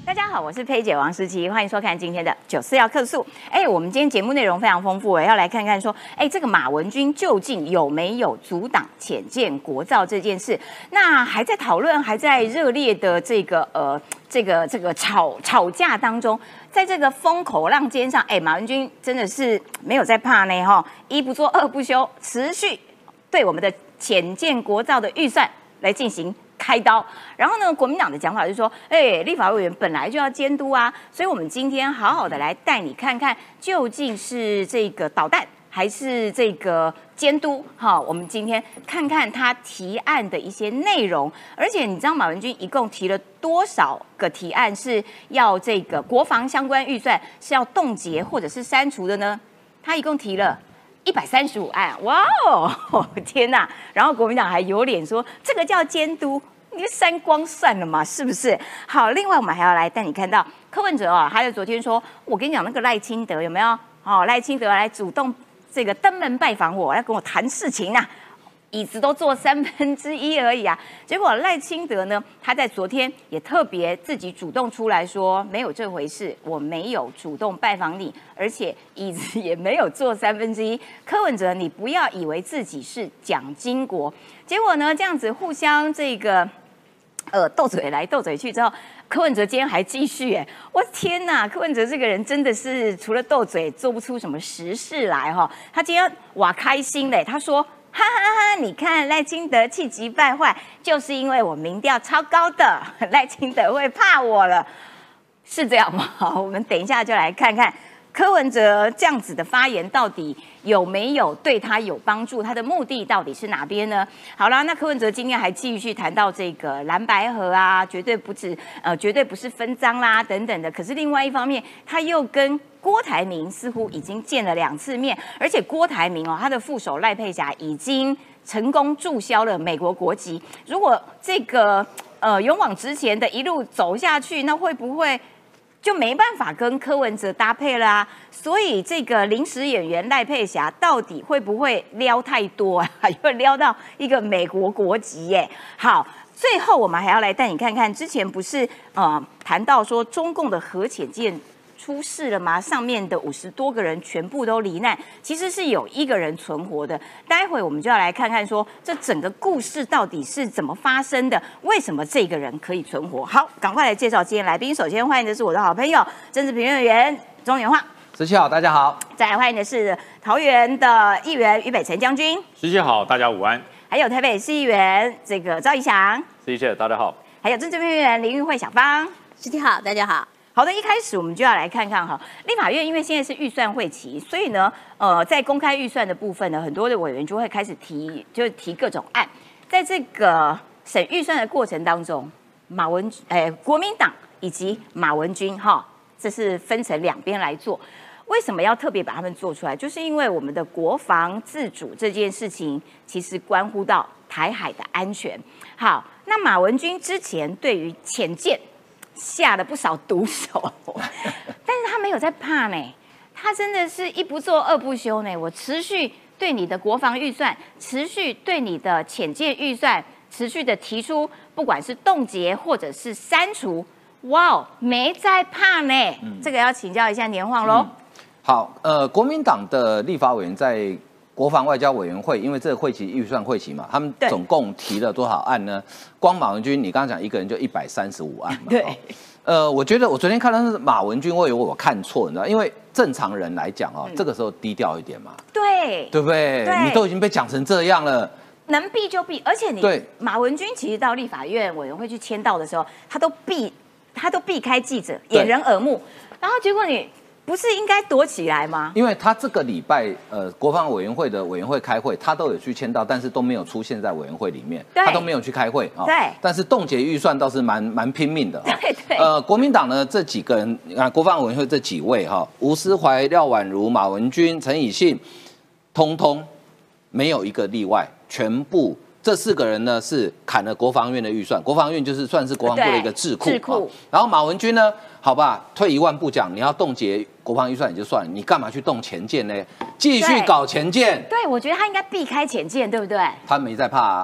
大家好，我是佩姐王诗琪，欢迎收看今天的94要客诉。我们今天节目内容非常丰富，要来看看说，这个马文君究竟有没有阻挡潜舰国造这件事？那还在讨论，还在热烈的这个吵架当中，在这个风口浪尖上，马文君真的是没有在怕呢哈，一不做二不休，持续对我们的潜舰国造的预算来进行开刀。然后呢，国民党的讲法就是说，立法委员本来就要监督啊，所以我们今天好好的来带你看看，究竟是这个导弹还是这个监督？好，我们今天看看他提案的一些内容。而且你知道马文君一共提了多少个提案是要这个国防相关预算是要冻结或者是删除的呢？他一共提了135案，哇哦，天哪！然后国民党还有脸说这个叫监督，你就删光算了嘛，是不是？好，另外我们还要来带你看到柯文哲他在昨天说，我跟你讲那个赖清德有没有？赖清德来主动这个登门拜访我，要跟我谈事情啊。椅子都坐1/3而已啊！结果赖清德呢，他在昨天也特别自己主动出来说，没有这回事，我没有主动拜访你，而且椅子也没有坐1/3。柯文哲，你不要以为自己是蒋经国。结果呢，这样子互相这个斗嘴来斗嘴去之后，柯文哲今天还继续我天哪！柯文哲这个人真的是除了斗嘴，做不出什么实事来哈。他今天哇开心嘞，他说。哈哈哈！你看赖清德气急败坏，就是因为我民调超高的，赖清德会怕我了，是这样吗？我们等一下就来看看柯文哲这样子的发言到底有没有对他有帮助，他的目的到底是哪边呢？好啦，那柯文哲今天还继续谈到这个蓝白合啊，绝对不是分赃啦等等的。可是另外一方面，他又跟郭台铭似乎已经见了2次面，而且郭台铭他的副手赖佩霞已经成功注销了美国国籍。如果这个勇往直前的一路走下去，那会不会就没办法跟柯文哲搭配了啊？所以这个临时演员赖佩霞到底会不会撩太多啊？又撩到一个美国国籍耶？好。最后我们还要来带你看看，之前不是谈到说中共的核潜舰出事了吗？上面的50多个人全部都罹难，其实是有1个人存活的。待会我们就要来看看说这整个故事到底是怎么发生的，为什么这个人可以存活？好，赶快来介绍今天来宾。首先欢迎的是我的好朋友政治评论员钟元化。 17好，大家好。 再来欢迎的是桃园的议员于北辰将军。 17好，大家午安。 还有台北市议员这个赵怡翔。 17大家好。 还有政治评论员林玉慧小芳。 17好，大家好。 好的，一开始我们就要来看看哈，立法院因为现在是预算会期，所以呢，在公开预算的部分呢，很多的委员就会开始提各种案。在这个审预算的过程当中，国民党以及马文君这是分成2边来做。为什么要特别把他们做出来？就是因为我们的国防自主这件事情，其实关乎到台海的安全。好，那马文君之前对于潜舰下了不少毒手，但是他没有在怕呢，他真的是一不做二不休呢。我持续对你的国防预算，持续对你的潜舰预算，持续的提出，不管是冻结或者是删除，哇，没在怕呢。这个要请教一下年晃喽。 好，国民党的立法委员在国防外交委员会，因为这个会期预算会期嘛，他们总共提了多少案呢？光马文君，你刚刚讲一个人就135案嘛。 对。 我觉得我昨天看到是马文君，我以为我看错，你知道，因为正常人来讲这个时候低调一点嘛。 对。 对不对？你都已经被讲成这样了， 能避就避，而且马文君其实到立法院委员会去签到的时候，他都避开记者，掩人耳目，然后结果你。不是应该躲起来吗？因为他这个礼拜国防委员会的委员会开会，他都有去签到，但是都没有出现在委员会里面，他都没有去开会啊。 对。 但是冻结预算倒是蛮拼命的。 对。 国民党呢这几个人国防委员会这几位吴思怀、廖婉如、马文君、陈以信，通通没有一个例外，全部。这4个人呢是砍了国防院的预算，国防院就是算是国防部的一个智库。然后马文君呢，好吧，退1万步讲，你要冻结国防预算也就算了，你干嘛去动潜舰呢？继续搞潜舰。 对，我觉得他应该避开潜舰，对不对？ 他没在怕啊。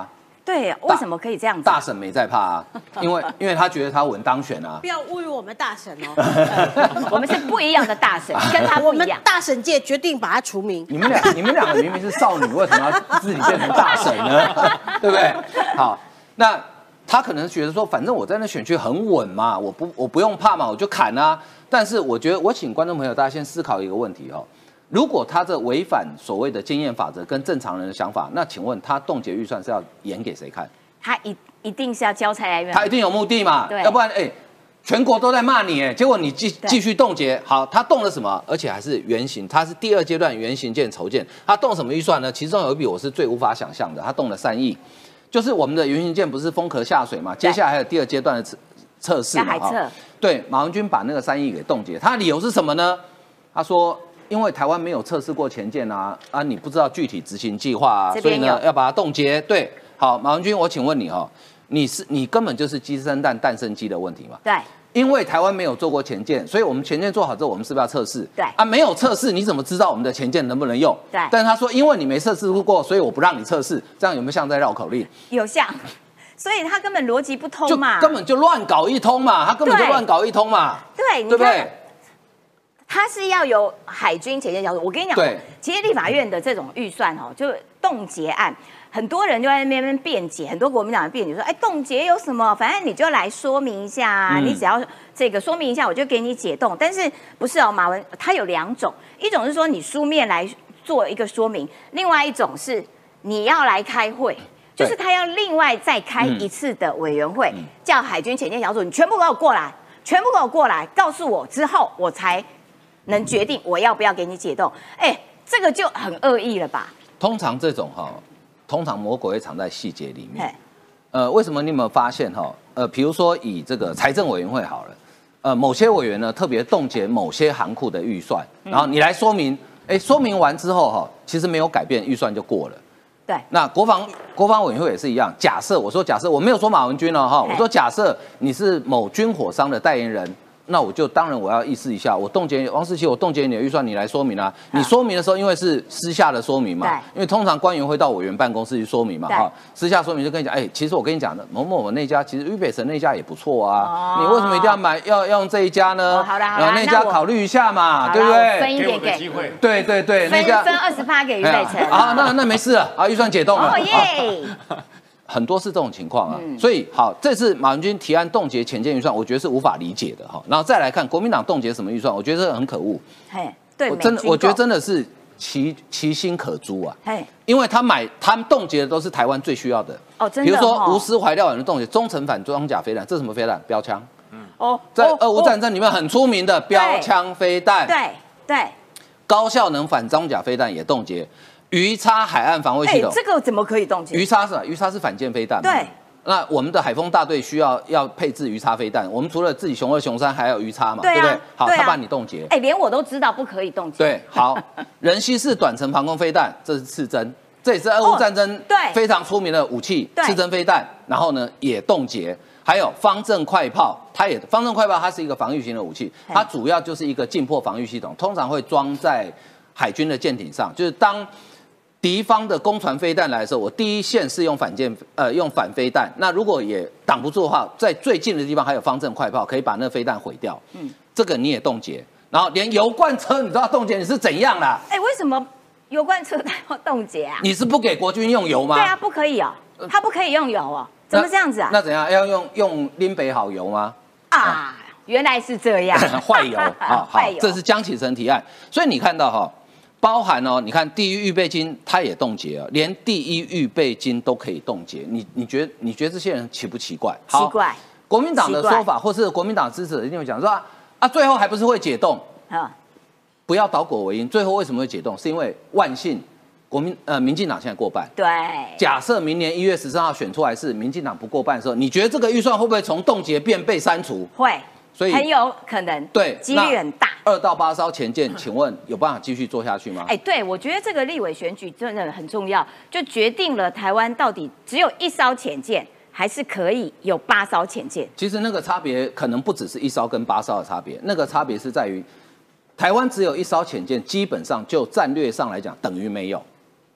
对，为什么可以这样子？ 大婶没在怕啊，因为他觉得他稳当选啊。 不要侮辱我们大婶哦， 我们是不一样的大婶，跟他我们不一样。 大婶界决定把他除名。 你们两个明明是少女，为什么要自己变成大婶呢？对不对？好，那他可能觉得说，反正我在那选区很稳嘛，我不用怕嘛，我就砍啊。但是我觉得，我请观众朋友大家先思考一个问题哦。如果他这违反所谓的经验法则跟正常人的想法，那请问他冻结预算是要演给谁看？ 他一定是要交差来源， 他一定有目的嘛？ 对， 要不然全国都在骂你结果你继续冻结。好，他动了什么？而且还是原型，他是第2阶段原型件筹建，他动什么预算呢？其中有一笔我是最无法想象的，他动了3亿，就是我们的原型件不是封壳下水嘛？接下来还有第2阶段的测试嘛？对，马文君把那个3亿给冻结，他的理由是什么呢？他说，因为台湾没有测试过前舰啊，你不知道具体执行计划啊，所以呢要把它冻结。对，好，马文君，我请问你你根本就是鸡生蛋，蛋生鸡的问题嘛？ 对， 因为台湾没有做过前舰，所以我们前舰做好之后，我们是不是要测试？ 对没有测试，你怎么知道我们的前舰能不能用？ 对。 但是他说，因为你没测试过，所以我不让你测试，这样有没有像在绕口令？ 有像。所以他根本逻辑不通嘛， 根本就乱搞一通嘛，他根本就乱搞一通嘛， 对不对？ 他是要有海军前舰小组。我跟你讲，其实立法院的这种预算就冻结案，很多人就在那边辩解，很多国民党的辩解说，冻结有什么？反正你就来说明一下啊，你只要这个说明一下，我就给你解冻。但是不是马文他有2种，一种是说你书面来做一个说明，另外一种是你要来开会。就是他要另外再开一次的委员会，叫海军前舰小组，你全部给我过来，告诉我之后，我才能决定我要不要给你解冻。这个就很恶意了吧？ 通常这种通常魔鬼会藏在细节里面。为什么你有没有发现比如说以这个财政委员会好了，某些委员呢特别冻结某些行库的预算，然后你来说明，说明完之后其实没有改变，预算就过了。 对， 那国防委员会也是一样。假设我没有说马文君哦我说假设你是某军火商的代言人，那我当然要意思一下，我冻结王世奇，我冻结你的预算，你来说明啊。你说明的时候，因为是私下的说明嘛，因为通常官员会到委员办公室去说明嘛，私下说明就跟你讲，其实我跟你讲的某某那家，其实俞北辰那家也不错啊，你为什么一定要用这一家呢？ 好啦， 那家考虑一下嘛，对不对？ 分一点给机会， 对，那家分20%给俞北辰那没事了预算解冻了。 耶！ 很多是这种情况啊，所以好，这次马文君提案冻结前舰预算，我觉得是无法理解的然后再来看国民党冻结什么预算，我觉得这很可恶。 对， 我觉得真的是其心可诛啊。因为他们冻结的都是台湾最需要的真的。 比如说吴思怀、廖婉的冻结中程反装甲飞弹，这是什么飞弹？标枪。在俄乌战争里面很出名的标枪飞弹。 对。 高效能反装甲飞弹也冻结。鱼叉海岸防卫系统， 这个怎么可以冻结？ 鱼叉是反舰飞弹。 对， 那我们的海风大队需要配置鱼叉飞弹，我们除了自己雄2、雄3，还有鱼叉嘛，对不对？好，他把你冻结。 连我都知道不可以冻结。 对，好，人西式短程防空飞弹，这是刺针，这也是俄乌战争非常出名的武器，刺针飞弹，然后呢也冻结。还有方阵快炮，方阵快炮它是一个防御型的武器，它主要就是一个近迫防御系统，通常会装在海军的舰艇上，就是当敌方的攻船飞弹来的时候，我第一线是用用反飞弹。那如果也挡不住的话，在最近的地方还有方阵快炮，可以把那飞弹毁掉。这个你也冻结。然后连油罐车你都要冻结，你是怎样啦？ 为什么油罐车要冻结啊？ 你是不给国军用油吗？ 对啊，不可以它不可以用油怎么这样子啊？ 那怎样？要用林北好油吗？ 原来是这样， 坏油好，这是江启臣提案。所以你看到包含你看第一预备金它也冻结了，连第一预备金都可以冻结，你觉得这些人奇不奇怪？ 奇怪。 国民党的说法，或是国民党支持者一定会讲说最后还不是会解冻？不要倒果为因，最后为什么会解冻？是因为万幸民进党现在过半。 对。 假设明年1月13号选出来是民进党不过半的时候，你觉得这个预算会不会从冻结变被删除？ 会。所以很有可能， 对， 几率很大。 2到8艘前舰，请问有办法继续做下去吗？ 对，我觉得这个立委选举真的很重要，就决定了台湾到底只有1艘潜舰，还是可以有8艘潜舰。 其实那个差别可能不只是1艘跟8艘的差别，那个差别是在于，台湾只有1艘潜舰，基本上就战略上来讲等于没有。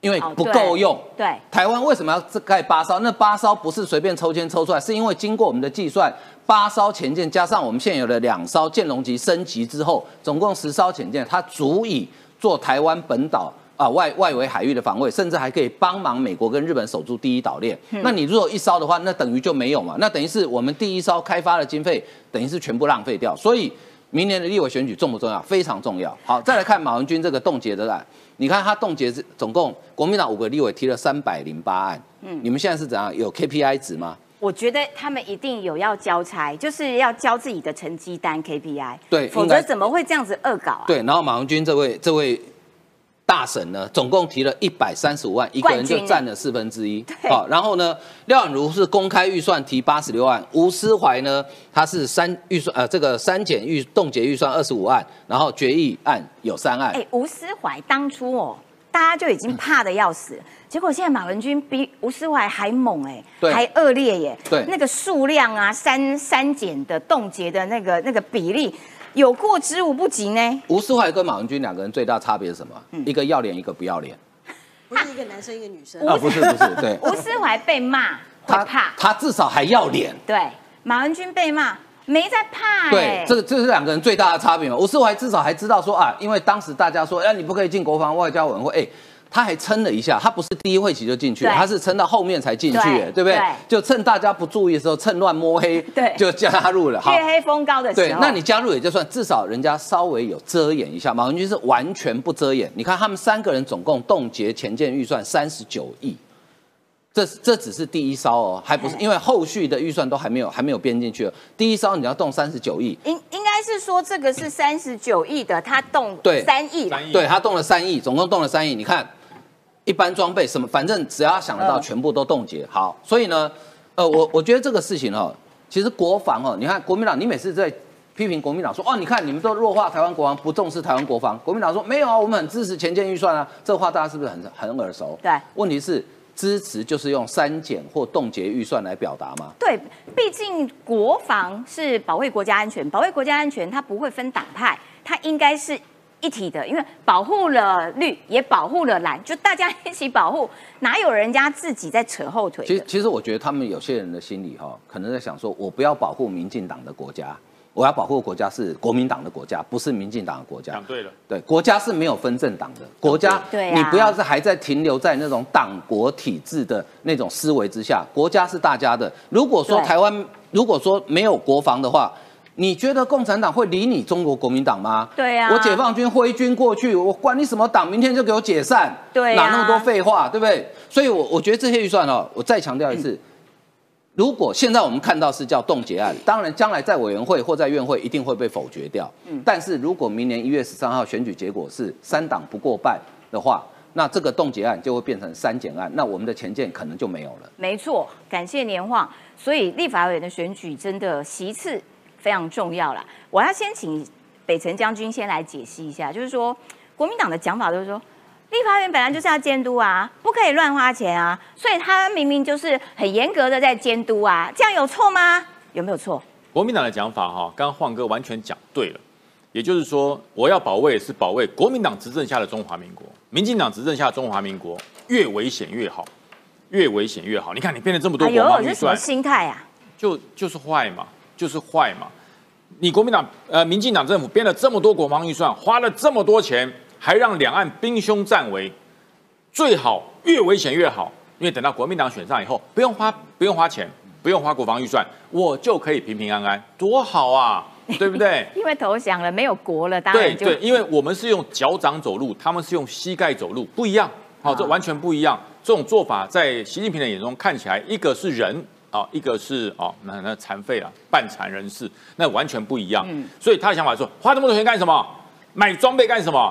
因为不够用。 对， 台湾为什么要盖8艘？那8艘不是随便抽签抽出来，是因为经过我们的计算，8艘潜舰加上我们现有的2艘舰龙级升级之后，总共10艘潜舰，它足以做台湾本岛外围海域的防卫，甚至还可以帮忙美国跟日本守住第一岛链。那你如果1艘的话，那等于就没有嘛？那等于是我们第1艘开发的经费，等于是全部浪费掉。所以明年的立委选举重不重要？非常重要。好，再来看马文君这个冻结的案，你看他冻结总共国民党5个立委提了308案，你们现在是怎样？有 KPI 值吗？ 我觉得他们一定有要交差，就是要交自己的成绩单 KPI， 对， 否则怎么会这样子恶搞啊？ 对，然后马文君这位大神呢，总共提了135万，一个人就占了1/4。好，然后呢，廖婉如是公开预算提86万，吴思怀呢，他是这个删减冻结预算25万，然后决议案有3案。 吴思怀当初大家就已经怕得要死，结果现在马文君比吴思怀还猛还恶劣耶。 对， 那个数量啊，删减的冻结的那个比例。有过之无不及呢。 吴思怀跟马文君2个人最大差别是什么？一个要脸，一个不要脸。 不是一个男生一个女生不是，对。 吴思怀被骂会怕， 他至少还要脸。 对，马文君被骂没在怕。 对，这是2个人最大的差别嘛。吴思怀至少还知道说因为当时大家说，你不可以进国防外交委员会，他还撑了一下，他不是第1会期就进去，他是撑到后面才进去，对不对？就趁大家不注意的时候，趁乱摸黑，就加入了。 月黑风高的时候， 对，那你加入也就算，至少人家稍微有遮掩一下。马文君是完全不遮掩，你看他们3个人总共冻结潜舰预算39亿，这只是第1艘还不是，因为后续的预算都还没有编进去。第1艘你要动39亿， 应该是说这个是39亿的，他动3亿， 对，他动了3亿，总共动了3亿，你看。一般装备什么，反正只要想得到，全部都冻结。好，所以呢，我觉得这个事情其实国防你看国民党，你每次在批评国民党说你看你们都弱化台湾国防，不重视台湾国防。国民党说没有我们很支持潜舰预算啊，这话大家是不是很耳熟？ 对， 问题是支持就是用删减或冻结预算来表达吗？ 对，毕竟国防是保卫国家安全，保卫国家安全它不会分党派，它应该是一体的，因为保护了绿也保护了蓝，就大家一起保护，哪有人家自己在扯后腿的？ 其实我觉得他们有些人的心里可能在想说，我不要保护民进党的国家，我要保护的国家是国民党的国家，不是民进党的国家。 讲对了， 对，国家是没有分政党的，国家你不要还在停留在那种党国体制的那种思维之下，国家是大家的。如果说台湾如果说没有国防的话，你觉得共产党会理你中国国民党吗？ 对啊， 我解放军挥军过去，我管你什么党，明天就给我解散， 对啊， 哪那么多废话，对不对？所以我觉得这些预算我再强调一次，如果现在我们看到是叫冻结案，当然将来在委员会或在院会一定会被否决掉。但是如果明年1月13号选举结果是3党不过半的话，那这个冻结案就会变成删减案，那我们的前舰可能就没有了。 没错，感谢年晃。所以立法委员的选举真的席次非常重要啦。我要先请北辰将军先来解析一下，就是说国民党的讲法都是说，立法院本来就是要监督啊，不可以乱花钱啊，所以他明明就是很严格的在监督啊，这样有错吗？有没有错？ 国民党的讲法刚刚晃哥完全讲对了，也就是说，我要保卫是保卫国民党执政下的中华民国，民进党执政下的中华民国越危险越好，越危险越好。你看你编了这么多国防预算， 这什么心态啊？ 就是坏嘛，就是坏嘛。你国民党民进党政府编了这么多国防预算，花了这么多钱，还让两岸兵凶战危，最好越危险越好，因为等到国民党选上以后，不用花钱，不用花国防预算，我就可以平平安安，多好啊，对不对？ 因为投降了，没有国了，当然就对，因为我们是用脚掌走路，他们是用膝盖走路，不一样，这完全不一样。这种做法在习近平的眼中看起来，一个是人。一个是那残废啊，半残人士，那完全不一样。所以他的想法是说，花这么多钱干什么？买装备干什么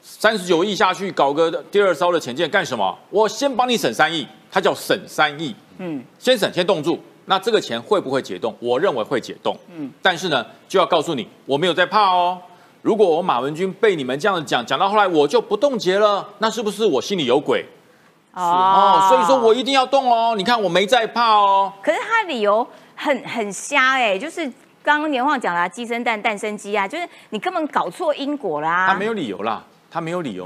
？39亿下去搞个第2艘的潜舰干什么？我先帮你省3亿，它叫省3亿。先省先冻住。那这个钱会不会解冻？我认为会解冻。但是呢，就要告诉你，我没有在怕哦。如果我马文君被你们这样子讲到后来，我就不冻结了，那是不是我心里有鬼？所以说我一定要动哦。你看我没在怕哦。 可是他理由很瞎就是刚刚年晃讲了，鸡生蛋，蛋生鸡啊，就是你根本搞错因果啦。 他没有理由啦，他没有理由。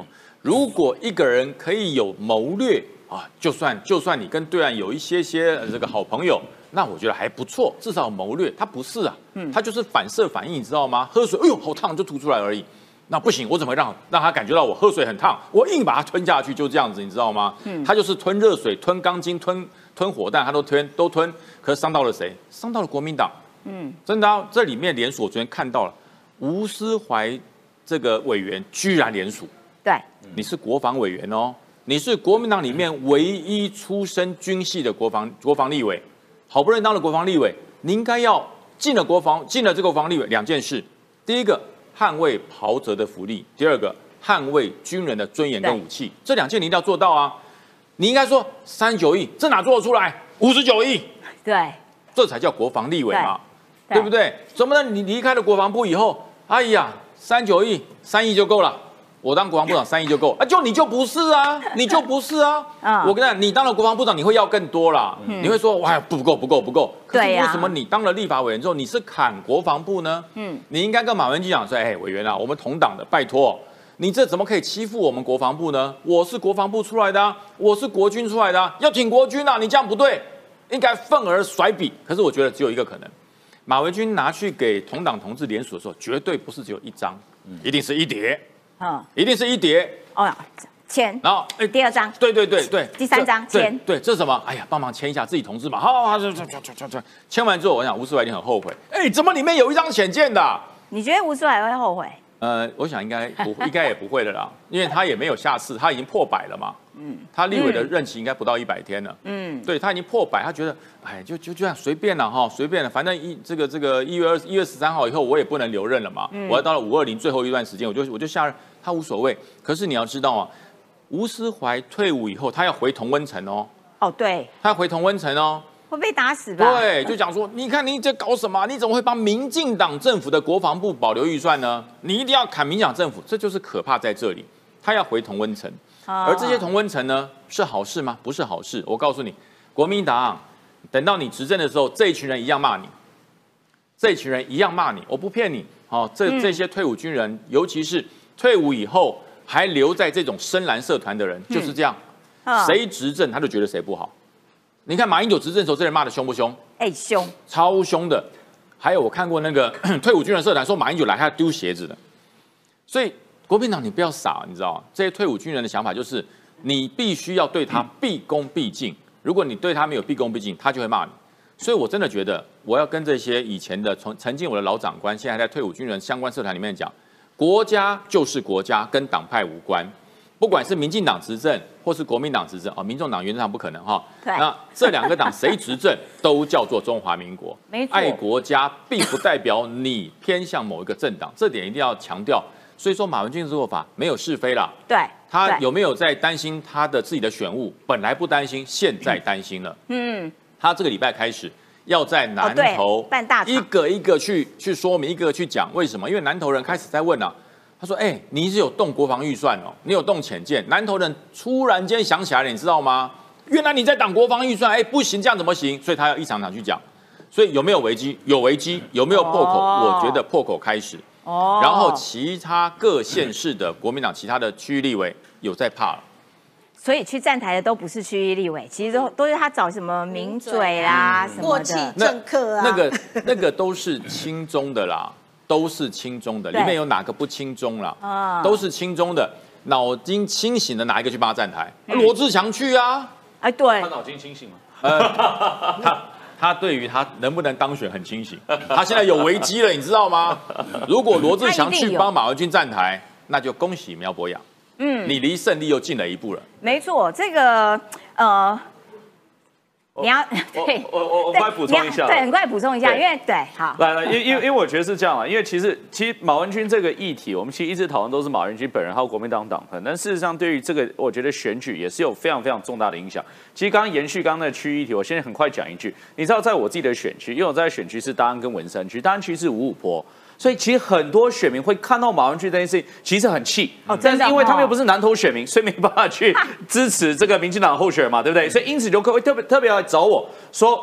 如果一个人可以有谋略啊，就算你跟对岸有一些这个好朋友，那我觉得还不错，至少有谋略。他不是啊，他就是反射反应，你知道吗？喝水，哎呦，好烫，就吐出来而已。那不行，我怎么让他感觉到我喝水很烫？我硬把它吞下去，就这样子，你知道吗？他就是吞热水、吞钢筋、吞火弹，他都吞，可是伤到了谁？伤到了国民党。真的啊，这里面联署，我昨天看到了，吴思怀这个委员居然联署。 对， 你是国防委员哦，你是国民党里面唯一出身军系的国防立委，好不容易当了国防立委，你应该要进了这个国防立委两件事，第一个捍卫袍泽的福利，第二个捍卫军人的尊严跟武器，这两件你一定要做到啊！你应该说39亿，这哪做得出来？59亿， 对， 这才叫国防立委嘛，对不对？怎么呢？你离开了国防部以后，哎呀，39亿，3亿就够了。我当国防部长3亿就够啊，你就不是啊，你就不是啊。我跟你讲，你当了国防部长，你会要更多啦。你会说哇不够。可是为什么你当了立法委员之后，你是砍国防部呢？你应该跟马文君讲说，哎，委员啊，我们同党的，拜托，你这怎么可以欺负我们国防部呢？我是国防部出来的啊，我是国军出来的啊，要挺国军啊，你这样不对，应该愤而甩笔。可是我觉得只有一个可能，马文君拿去给同党同志联署的时候，绝对不是只有一张，一定是一叠。一定是一叠哦，签， 然后第二张， 对， 第三张签， 对，这是什么？哎呀，帮忙签一下自己同志嘛，好，签完之后，我想吴思怀一定很后悔，怎么里面有一张浅见的？ 你觉得吴思怀会后悔？ 我想应该也不会的啦，因为他也没有下次，他已经破100了嘛，他立委的任期应该不到100天了，对他已经破100，他觉得，哎，就这样随便了哈，随便了，反正这个1月13号以后我也不能留任了嘛，我要到了520最后一段时间，我就下任，他无所谓。可是你要知道啊，吴思怀退伍以后，他要回同温层哦， 对， 他要回同温层哦。 会被打死吧？ 对，就讲说，你看你这搞什么？你怎么会帮民进党政府的国防部保留预算呢？你一定要砍民进党政府，这就是可怕在这里。他要回同温层，而这些同温层呢，是好事吗？不是好事。我告诉你，国民党等到你执政的时候，这一群人一样骂你，我不骗你。这些退伍军人，尤其是退伍以后还留在这种深蓝社团的人，就是这样，谁执政他就觉得谁不好。你看马英九执政的时候，这人骂的凶不凶？ 凶， 超凶的。还有我看过那个退伍军人社团说马英九来他丢鞋子的。所以国民党你不要傻，你知道吗？这些退伍军人的想法就是你必须要对他毕恭毕敬，如果你对他没有毕恭毕敬，他就会骂你。所以我真的觉得我要跟这些以前的曾经我的老长官，现在还在退伍军人相关社团里面讲，国家就是国家，跟党派无关。不管是民进党执政或是国民党执政民众党原则上不可能哈。那这两个党谁执政都叫做中华民国。 没错， 爱国家并不代表你偏向某一个政党，这点一定要强调。所以说马文君的做法没有是非啦。 对， 他有没有在担心他的自己的选务？本来不担心，现在担心了。他这个礼拜开始要在南投办大场， 一个一个去说明，一个去讲为什么？因为南投人开始在问啊。他说：“你是有动国防预算哦，你有动潜舰。南投人突然间想起来了，你知道吗？原来你在挡国防预算，不行，这样怎么行？所以他要一场场去讲。所以有没有危机？有危机，有没有破口？我觉得破口开始。然后其他各县市的国民党其他的区域立委有在怕了。 所以去站台的都不是区域立委，其实都是他找什么名嘴啦、什么过气的。 政客啊， 那个都是亲中的啦。”都是亲中的，里面有哪个不亲中啦？都是亲中的，脑筋清醒的哪一个去帮他站台？罗志祥去啊！ 对， 他脑筋清醒吗？ 他对于他能不能当选很清醒，他现在有危机了，你知道吗？如果罗志祥去帮马文君站台，那就恭喜苗博雅，你离胜利又近了一步了。 没错，这个你要我快补充一下， 对，很快补充一下，因为对，好， 来，因为我觉得是这样啊，因为其实马文君这个议题，我们其实一直讨论都是马文君本人还有国民党党团，但事实上对于这个，我觉得选举也是有非常非常重大的影响。其实刚刚延续刚刚的区域议题，我现在很快讲一句，你知道在我自己的选区，因为我在选区是大安跟文山区，大安区是55坡。所以其实很多选民会看到马文君这件事情，其实很气，但是因为他们又不是南投选民，所以没办法去支持这个民进党候选人嘛，对不对？所以因此就会特别来找我说，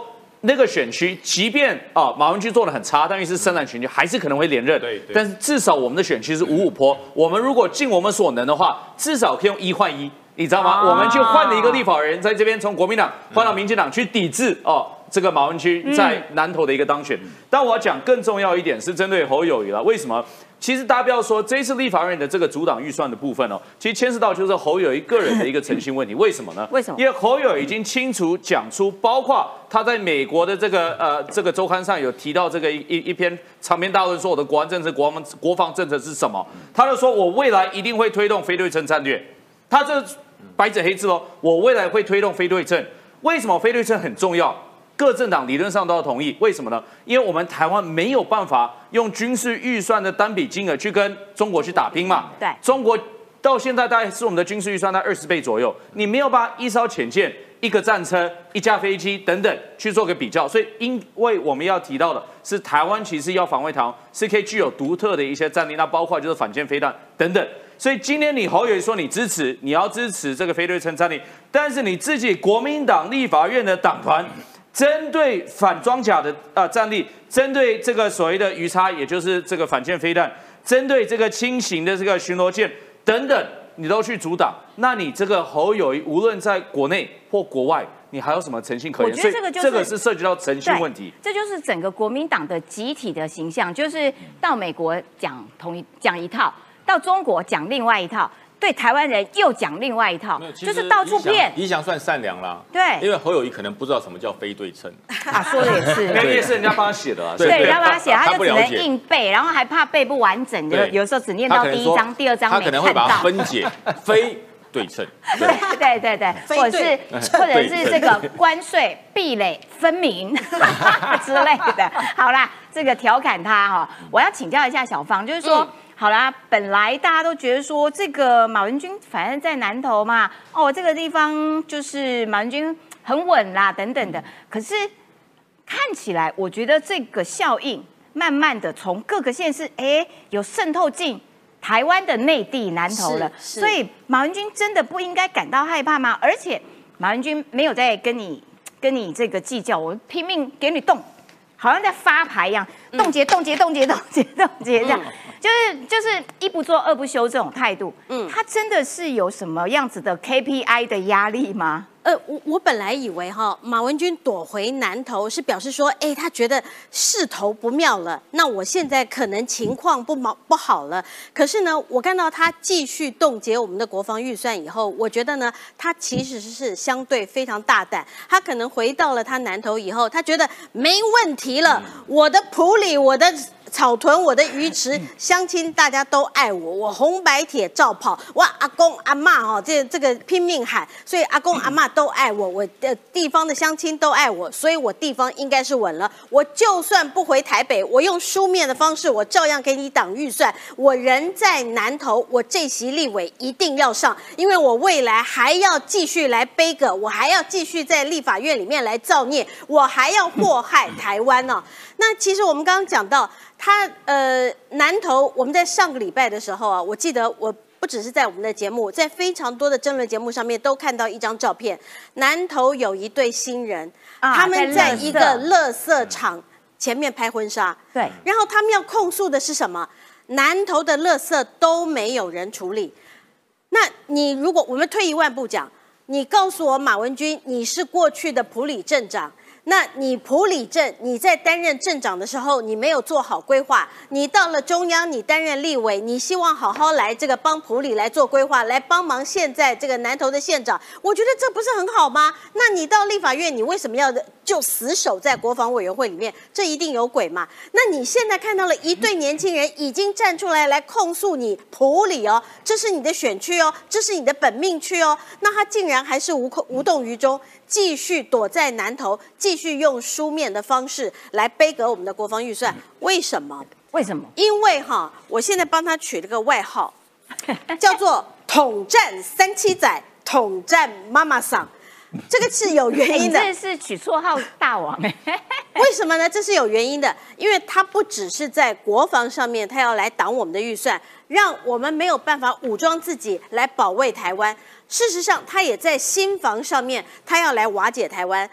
那个选区，即便马文君做得很差，但因为是深蓝选区，还是可能会连任。 对。 但是至少我们的选区是5-5坡，我们如果尽我们所能的话，至少可以用1换1，你知道吗？我们就换了一个立法人在这边从国民党换到民进党去抵制这个马文君在南投的一个当选。但我要讲更重要一点是针对侯友宜了，为什么？其实大家不要说这一次立法院的这个阻挡预算的部分其实牵涉到就是侯友宜个人的一个诚信问题。为什么呢？ 为什么？ 因为侯友宜已经清楚讲出，包括他在美国的这个周刊上有提到这个一篇长篇大论，说我的国安政策、国防政策是什么？他就说我未来一定会推动非对称战略，他这白纸黑字我未来会推动非对称。为什么非对称很重要？各政党理论上都要同意，为什么呢？因为我们台湾没有办法用军事预算的单笔金额去跟中国去打拼嘛。 对， 中国到现在大概是我们的军事预算在20倍左右，你没有办法1艘潜舰、1个战车、1架飞机等等去做个比较。所以，因为我们要提到的是，台湾其实要防卫台湾是可以具有独特的一些战力，那包括就是反舰飞弹等等。所以今天你侯友宜说你要支持这个非对称战力，但是你自己国民党立法院的党团。针对反装甲的战力，针对这个所谓的鱼叉，也就是这个反舰飞弹，针对这个轻型的这个巡逻舰等等，你都去阻挡，那你这个侯友宜无论在国内或国外，你还有什么诚信可言？ 我觉得这个是涉及到诚信问题。 这就是整个国民党的集体的形象，就是到美国讲一套，到中国讲另外一套。对台湾人又讲另外一套，就是到处骗。 宜祥算善良啦， 对， 因为侯友宜可能不知道什么叫非对称啊，说的也是， 那也是人家帮他写的啊， 对，人家帮他写，他就只能硬背，然后还怕背不完整，有时候只念到第1章、第2章没看到。 他可能会把它分解，非对称， 对，或者是这个关税壁垒分明之类的。好啦，这个调侃他我要请教一下小芳，就是说。好啦，本来大家都觉得说这个马文君反正在南投嘛，这个地方就是马文君很稳啦，等等的。可是看起来，我觉得这个效应慢慢的从各个县市，有渗透进台湾的内地南投了。所以马文君真的不应该感到害怕吗？而且马文君没有在跟你这个计较，我拼命给你动。好像在发牌一样，冻结这样，就是一不做二不休这种态度。他真的是有什么样子的 KPI 的压力吗？ 我本来以为马文君躲回南投是表示说，他觉得势头不妙了，那我现在可能情况不好了。可是呢，我看到他继续冻结我们的国防预算以后，我觉得呢，他其实是相对非常大胆。他可能回到了他南投以后，他觉得没问题了，我的埔里，我的草屯，我的鱼池，乡亲大家都爱我，我红白帖照跑，哇，阿公阿嬷这个拼命喊，所以阿公阿嬷都爱我，我的地方的乡亲都爱我，所以我地方应该是稳了。我就算不回台北，我用书面的方式，我照样给你挡预算。我人在南投，我这席立委一定要上，因为我未来还要继续来背个，我还要继续在立法院里面来造孽，我还要祸害台湾呢。那其实我们刚刚讲到。他南投，我们在上个礼拜的时候我记得我不只是在我们的节目，在非常多的政论节目上面都看到一张照片，南投有一对新人，他们在一个垃圾场前面拍婚纱， 对， 然后他们要控诉的是什么？南投的垃圾都没有人处理。那你如果我们退一万步讲，你告诉我马文君，你是过去的埔里镇长。那你埔里镇，你在担任镇长的时候，你没有做好规划。你到了中央，你担任立委，你希望好好来这个帮埔里来做规划，来帮忙现在这个南投的县长。我觉得这不是很好吗？那你到立法院，你为什么要就死守在国防委员会里面？这一定有鬼嘛？那你现在看到了一对年轻人已经站出来控诉你埔里这是你的选区这是你的本命区那他竟然还是无动于衷。继续躲在南投，继续用书面的方式来背革我们的国防预算，为什么？因为我现在帮他取了个外号，叫做“统战37载，统战妈妈桑”。这个是有原因的， 这是取绰号大王为什么呢？这是有原因的，因为他不只是在国防上面，他要来挡我们的预算，让我们没有办法武装自己来保卫台湾。事实上，他也在新防上面，他要来瓦解台湾。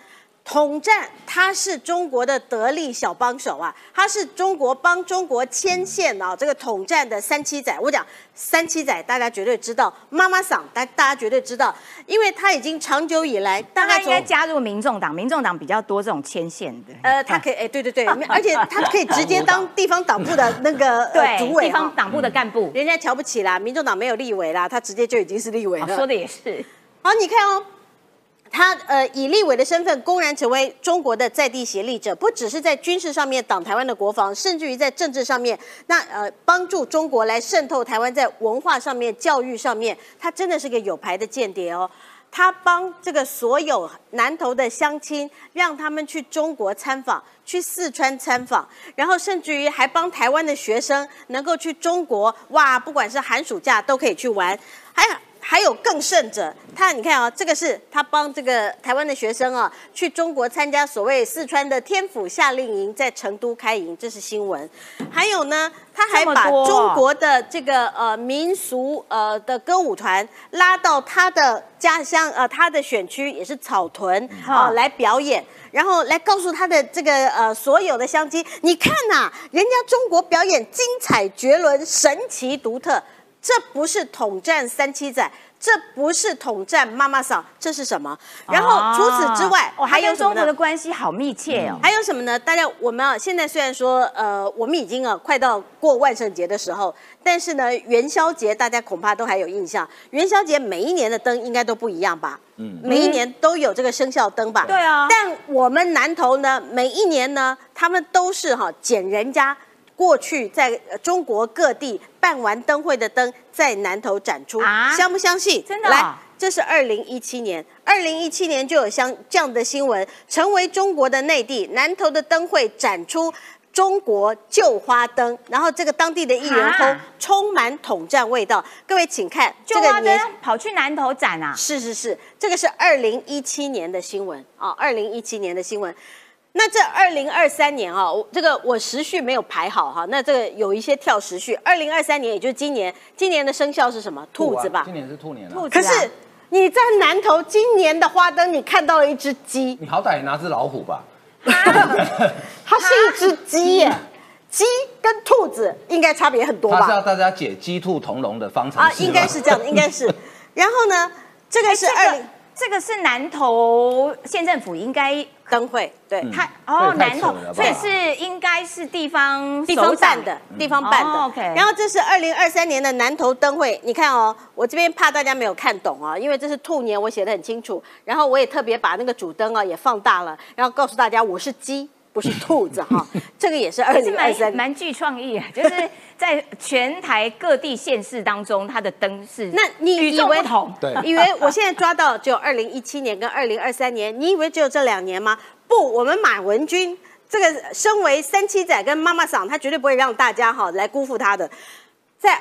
统战他是中国的得力小帮手啊，他是中国帮中国牵线啊，这个统战的三七仔。我讲三七仔，大家绝对知道，妈妈桑大家绝对知道，因为他已经长久以来，大概应该加入民众党，民众党比较多这种牵线的。 他可以，对对对，而且他可以直接当地方党部的那个主委， 地方党部的干部， 人家瞧不起啦，民众党没有立委啦，他直接就已经是立委了。 说的也是。 好，你看哦。他以立委的身份公然成为中国的在地协力者，不只是在军事上面挡台湾的国防，甚至于在政治上面，帮助中国来渗透台湾在文化上面、教育上面，他真的是个有牌的间谍哦。他帮这个所有南投的乡亲，让他们去中国参访，去四川参访，然后甚至于还帮台湾的学生能够去中国，哇，不管是寒暑假都可以去玩，还有更甚者，你看啊，这个是他帮这个台湾的学生啊，去中国参加所谓四川的天府夏令营，在成都开营，这是新闻。还有呢，他还把中国的这个民俗的歌舞团拉到他的家乡他的选区也是草屯来表演，然后来告诉他的这个所有的乡亲，你看呐，人家中国表演精彩绝伦，神奇独特。这不是统战三七仔，这不是统战妈妈桑，这是什么？然后除此之外， 还有中国的关系好密切哦。 还有什么呢？大家我们现在虽然说我们已经快到过万圣节的时候，但是呢元宵节大家恐怕都还有印象。元宵节每一年的灯应该都不一样吧？每一年都有这个生肖灯吧？ 对啊。 但我们南投呢，每一年呢，他们都是捡人家过去在中国各地办完灯会的灯在南投展出，相不相信？ 真的来，这是2017年，2017年就有这样的新闻，成为中国的内地南投的灯会展出中国旧花灯，然后这个当地的议员充满统战味道。各位请看， 旧花灯跑去南投展啊？ 是，这个是2017年的新闻啊，2017年的新闻。那这2023年这个我时序没有排好哈，那这个有一些跳时序。2023年也就是今年的生肖是什么？兔子吧？ 今年是兔年兔子。 可是你在南投今年的花灯，你看到了一只鸡， 你好歹也拿只老虎吧？ 它是一只鸡耶。鸡跟兔子应该差别很多吧？ 它是要大家解鸡兔同笼的方程式应该是这样的，应该是。然后呢，这个是这个是南投县政府应该灯会，对， 南投，所以是应该是地方办的，地方办的。 OK。 然后这是2023年的南投灯会，你看哦，我这边怕大家没有看懂因为这是兔年，我写得很清楚，然后我也特别把那个主灯也放大了，然后告诉大家我是鸡。不是兔子这个也是2023， 蛮具创意，就是在全台各地县市当中，它的灯是那你以为不同？ 对， 以为我现在抓到只有2017年跟2023年，你以为只有这2年吗？不，我们马文君这个身为三七仔跟妈妈桑，他绝对不会让大家来辜负他的。在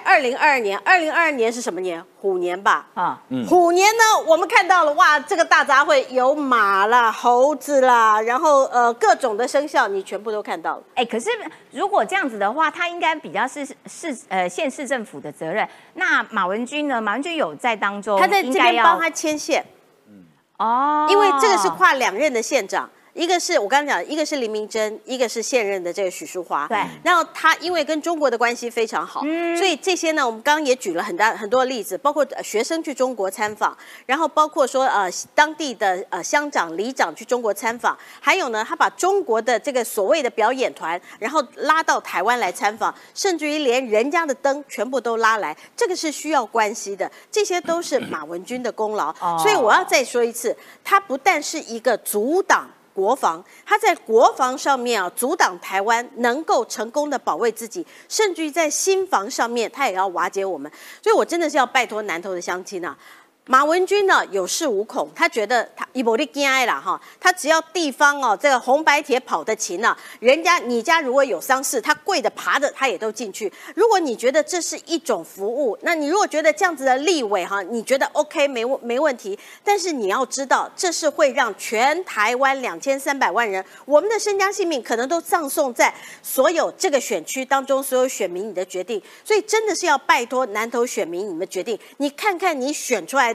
2022年是什么年？虎年吧。虎年呢，我们看到了哇，这个大杂烩有马啦、猴子啦，然后各种的生肖你全部都看到了。 可是如果这样子的话，他应该比较是县市政府的责任。那马文君呢？马文君有在当中， 他在这边帮他牵线。因为这个是跨2任的县长。一个是我刚刚讲，一个是林明珍，一个是现任的这个许淑华。 对， 然后他因为跟中国的关系非常好，所以这些呢，我们刚刚也举了很多的例子，包括学生去中国参访，然后包括说当地的乡长、里长去中国参访，还有呢，他把中国的这个所谓的表演团，然后拉到台湾来参访，甚至于连人家的灯全部都拉来，这个是需要关系的，这些都是马文君的功劳。所以我要再说一次，他不但是一个阻挡国防，他在国防上面阻挡台湾能够成功的保卫自己，甚至于在心防上面，他也要瓦解我们。所以我真的是要拜托南投的乡亲马文君呢有恃无恐，他觉得他一无你惊的啦他只要地方这个红白帖跑得勤你家如果有丧事，他跪着爬着他也都进去。如果你觉得这是一种服务，那你如果觉得这样子的立委你觉得 OK 没问题，但是你要知道，这是会让全台湾2300万人，我们的身家性命可能都葬送在所有这个选区当中所有选民你的决定。所以真的是要拜托南投选民你们决定，你看看你选出来的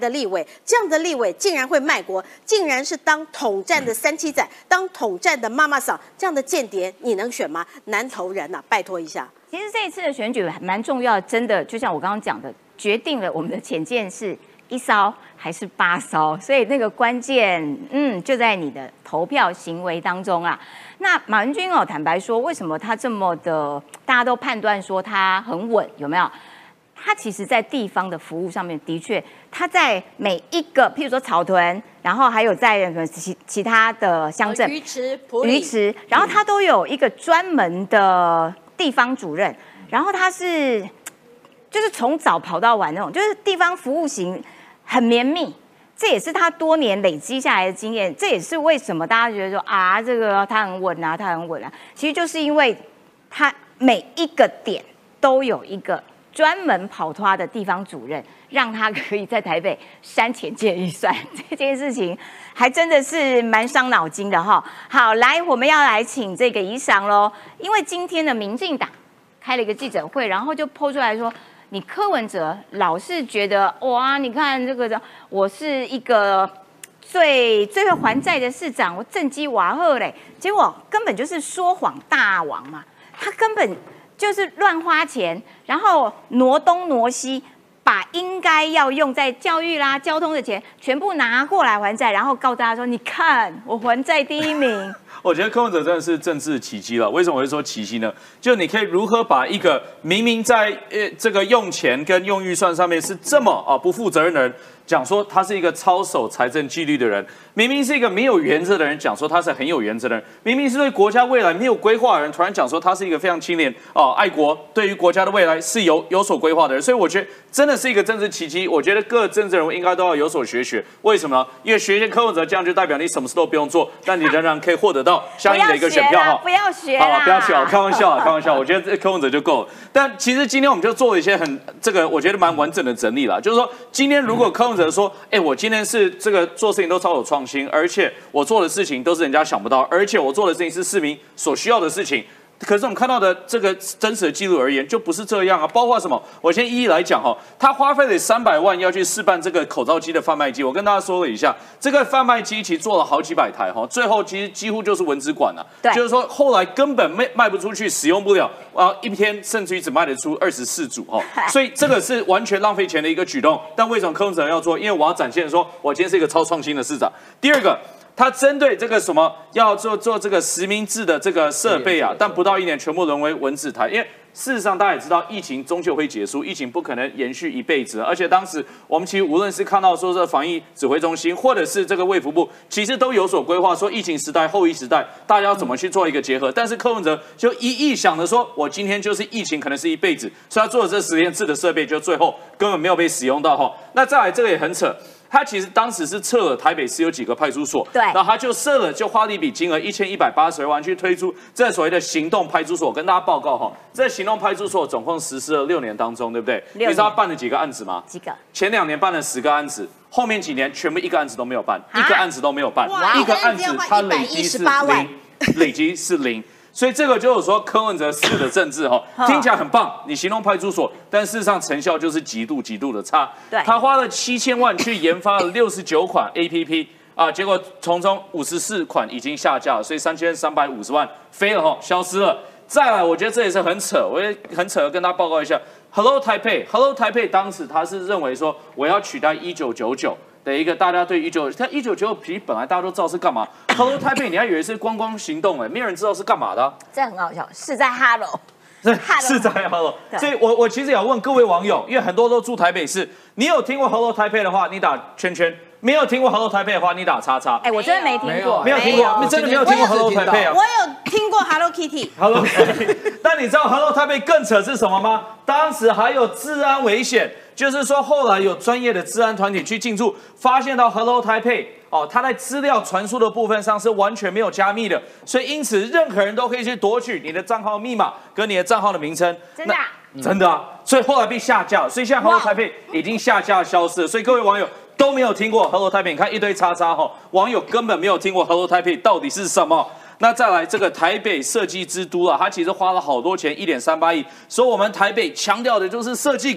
的立委，这样的立委竟然会卖国，竟然是当统战的3七仔，当统战的妈妈桑，这样的间谍你能选吗？南投人呐，拜托一下。 其实这一次的选举蛮重要的，真的就像我刚刚讲的，决定了我们的潜舰是1艘还是8艘，所以那个关键，就在你的投票行为当中啊。那马文君坦白说，为什么他这么的，大家都判断说他很稳，有没有？他其实，在地方的服务上面，的确，他在每一个，譬如说草屯，然后还有在其他的乡镇， 鱼池、埔里、 鱼池，然后他都有一个专门的地方主任，然后他是就是从早跑到晚那种，就是地方服务型很绵密。这也是他多年累积下来的经验，这也是为什么大家觉得说啊，这个他很稳啊，他很稳啊。其实就是因为他每一个点都有一个专门跑脱的地方主任，让他可以在台北删潜舰预算这件事情，还真的是蛮伤脑筋的哈。好，来，我们要来请这个宜裳喽，因为今天的民进党开了一个记者会，然后就抛出来说。你柯文哲老是觉得哇，你看这个，我是一个最会还债的市长，我政绩瓦赫嘞，结果根本就是说谎大王嘛，他根本就是乱花钱，然后挪东挪西，把应该要用在教育啦、交通的钱全部拿过来还债，然后告诉大家说，你看我还债第1名。 我觉得柯文哲真的是政治奇迹了。为什么我会说奇迹呢？就你可以如何把一个明明在这个用钱跟用预算上面是这么不负责任的人，讲说他是一个操守财政纪律的人，明明是一个没有原则的人，讲说他是很有原则的人，明明是对国家未来没有规划的人，突然讲说他是一个非常清廉爱国，对于国家的未来是有所规划的人。所以我觉得真的是一个政治奇迹。我觉得各政治人物应该都要有所学学。为什么呢？因为学一些柯文哲，这样就代表你什么事都不用做，但你仍然可以获得到相应的一个选票哈。 不要学好了，不要学，开玩笑，开玩笑。我觉得柯文哲就够了。但其实今天我们就做了一些我觉得蛮完整的整理了，就是说今天如果柯文哲说，我今天是这个做事情都超有创新，而且我做的事情都是人家想不到，而且我做的事情是市民所需要的事情。可是我们看到的这个真实的记录而言，就不是这样啊！包括什么？我先一一来讲哈。他花费了300万要去试办这个口罩机的贩卖机。我跟大家说了一下，这个贩卖机其实做了好几百台哈，最后其实几乎就是蚊子馆了。对，就是说后来根本卖不出去，使用不了一天甚至于只卖得出24组哈。所以这个是完全浪费钱的一个举动。但为什么柯文哲要做？因为我要展现说，我今天是一个超创新的市长。第二个。他针对这个什么要做这个实名制的这个设备啊，但不到1年全部沦为蚊子台，因为事实上大家也知道，疫情终究会结束，疫情不可能延续一辈子，而且当时我们其实无论是看到说这防疫指挥中心，或者是这个卫福部，其实都有所规划，说疫情时代、后疫时代，大家要怎么去做一个结合。但是柯文哲就一意想着说，我今天就是疫情可能是一辈子，所以他做的这实验制的设备，就最后根本没有被使用到哈。那再来这个也很扯。他其实当时是撤了台北市有几个派出所，对，然后他就花了一笔金额1182万去推出这所谓的行动派出所。跟大家报告哈，这行动派出所总共实施了6年当中，对不对？你知道他办了几个案子吗？ 几个？ 前2年办了10个案子，后面几年全部一个案子都没有办，一个案子都没有办，一个案子他累积是0，累积是0。所以这个就是说柯文哲式的政治听起来很棒，你行动派出所，但事实上成效就是极度的差。对，他花了7000万去研发了69款 APP 结果从中54款已经下架了，所以3350万飞了消失了。再来，我觉得这也是很扯，我也很扯的跟大家报告一下 ，Hello Taipei 当时他是认为说我要取代1999。的一个大家对1999其实本来大家都知道是干嘛 ，Hello Taipei 你还以为是观光行动没有人知道是干嘛的这很好笑，是在 Hello， 是在 Hello。所以我其实也要问各位网友，因为很多都住台北市，你有听过 Hello Taipei 的话，你打圈圈；没有听过 Hello Taipei 的话，你打叉叉。 我真的没听过， 没有听过，你真的没有听过 Hello Taipei 啊？ 我有听过 Hello Kitty。Hello Kitty， 但你知道 Hello Taipei 更扯是什么吗？当时还有治安危险。就是说，后来有专业的治安团体去进驻，发现到 Hello Taipei 它在资料传输的部分上是完全没有加密的，所以因此任何人都可以去夺取你的账号密码跟你的账号的名称。 真的？ 真的啊！所以后来被下架了，所以现在 Hello Taipei 已经下架消失了。所以各位网友都没有听过 Hello Taipei， 你看一堆叉叉网友根本没有听过 Hello Taipei 到底是什么。那再来这个台北设计之都它其实花了好多钱，1.38亿，说我们台北强调的就是设计感。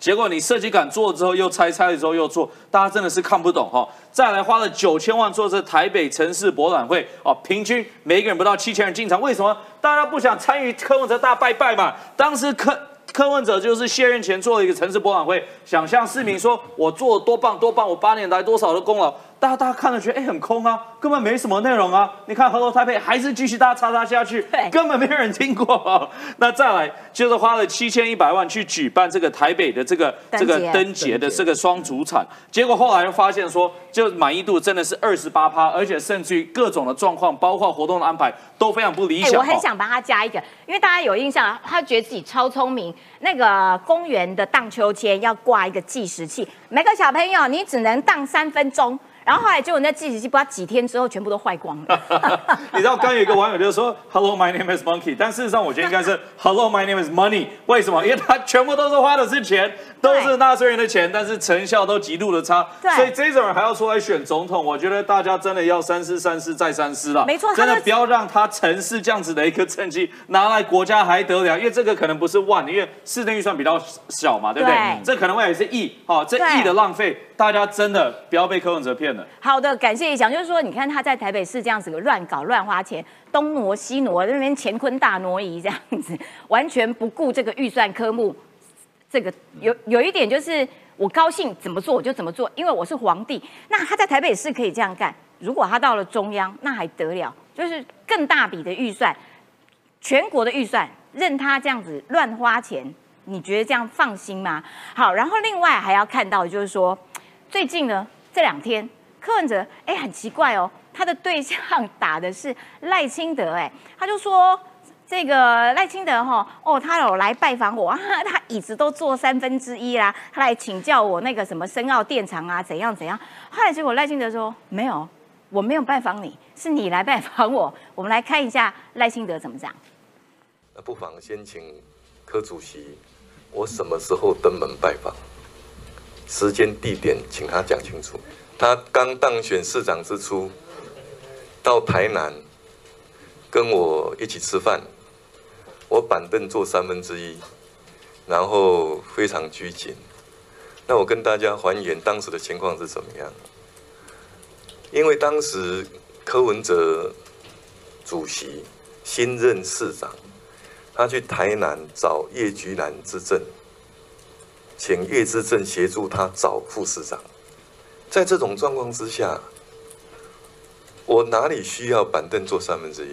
结果你设计感做了之后又拆了之后又做，大家真的是看不懂哈。再来花了9000万做这台北城市博览会哦，平均每一个人不到7000人进场，为什么？大家不想参与柯文哲大拜拜嘛？当时柯文哲就是卸任前做了一个城市博览会，想向市民说我做的多棒多棒，我8年来多少的功劳。大家看了觉得很空啊，根本没什么内容啊。你看Hello台北还是继续大家插下去，根本没有人听过啊。那再来就是花了7100万去举办这个台北的这个灯节的这个双主场，结果后来又发现说，就满意度真的是28%，而且甚至于各种的状况，包括活动的安排都非常不理想。 我很想帮他加一个，因为大家有印象，他觉得自己超聪明。那个公园的荡秋千要挂一个计时器，每个小朋友你只能荡3分钟。然后后来结果那计时器不知道几天之后全部都坏光了。 你知道刚有一个网友就说 Hello my name is Monkey， 但事实上我觉得应该是 Hello my name is Money。为什么？因为他全部都是花的是钱，都是纳税人的钱，但是成效都极度的差。所以这种人还要出来选总统，我觉得大家真的要三思再三思了。 没错， 真的不要让他城市这样子的一个政绩拿来国家还得了，因为这个可能不是万，因为市政预算比较小嘛，对不对？这可能会也是亿，这亿的浪费，大家真的不要被柯文哲骗了。 好的，感谢一翔，就是说，你看他在台北市这样子乱搞乱花钱，东挪西挪，那边乾坤大挪移这样子，完全不顾这个预算科目。这个有一点就是我高兴怎么做我就怎么做，因为我是皇帝。那他在台北市可以这样干，如果他到了中央，那还得了？就是更大笔的预算，全国的预算，任他这样子乱花钱，你觉得这样放心吗？好，然后另外还要看到就是说，最近呢这2天。柯文哲很奇怪哦，他的对象打的是赖清德，他就说这个赖清德他有来拜访我，他椅子都坐1/3啦，他来请教我那个什么深澳电厂啊怎样怎样。后来结果赖清德说没有，我没有拜访你，是你来拜访我。我们来看一下赖清德怎么讲。 那不妨先请柯主席，我什么时候登门拜访，时间地点请他讲清楚。他刚当选市长之初，到台南跟我一起吃饭，我板凳坐1/3，然后非常拘谨。那我跟大家还原当时的情况是怎么样？因为当时柯文哲主席新任市长，他去台南找叶菊兰之正，请叶之正协助他找副市长。在这种状况之下，我哪里需要板凳坐1/3？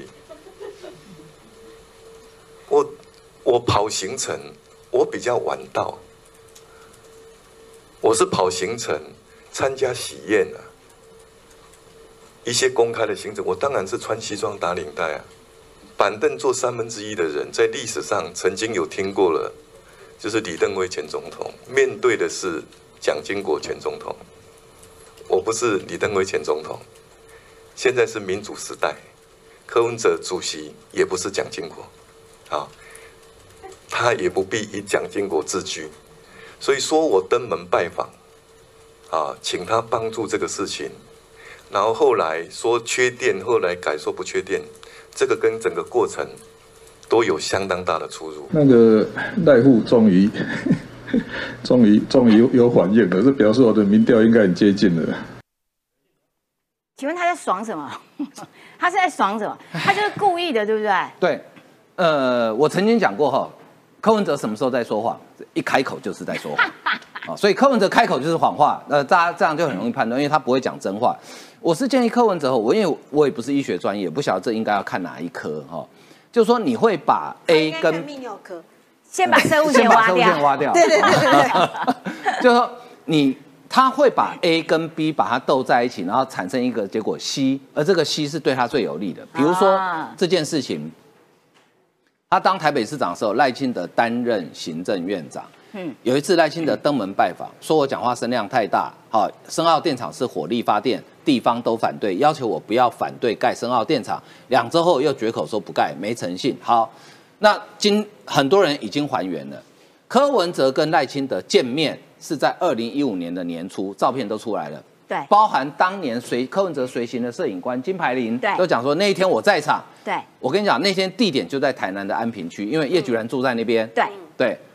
我跑行程，我比较晚到，我是跑行程参加喜宴啊，一些公开的行程，我当然是穿西装打领带啊。板凳坐1/3的人，在历史上曾经有听过了，就是李登辉前总统，面对的是蒋经国前总统。我不是李登辉前总统，现在是民主时代，柯文哲主席也不是蒋经国，他也不必以蒋经国自居，所以说我登门拜访，请他帮助这个事情，然后后来说缺电，后来改说不缺电，这个跟整个过程都有相当大的出入。 那个赖户终于有反应了，这表示我的民调应该很接近了。 请问他在爽什么？他是在爽什么？他就是故意的，对不对？ 对，我曾经讲过柯文哲什么时候在说谎？一开口就是在说谎所以柯文哲开口就是谎话，大家这样就很容易判断，因为他不会讲真话。我是建议柯文哲因为我也不是医学专业，不晓得这应该要看哪一科就是说你会把 A 跟泌尿科。 先把生物线挖掉， 对， 就是说他会把 A 跟 B 把它斗在一起，然后产生一个结果 C， 而这个 C 是对他最有利的。比如说这件事情，他当台北市长的时候，赖清德担任行政院长。有一次赖清德登门拜访，说我讲话声量太大，深澳电厂是火力发电，地方都反对，要求我不要反对盖深澳电厂。2周后又绝口说不盖，没诚信。好。那很多人已经还原了，柯文哲跟赖清德见面是在2015年的年初，照片都出来了， 对， 包含当年柯文哲随行的摄影官金牌林， 对， 都讲说那一天我在场， 对， 我跟你讲，那天地点就在台南的安平区，因为叶菊兰住在那边， 对，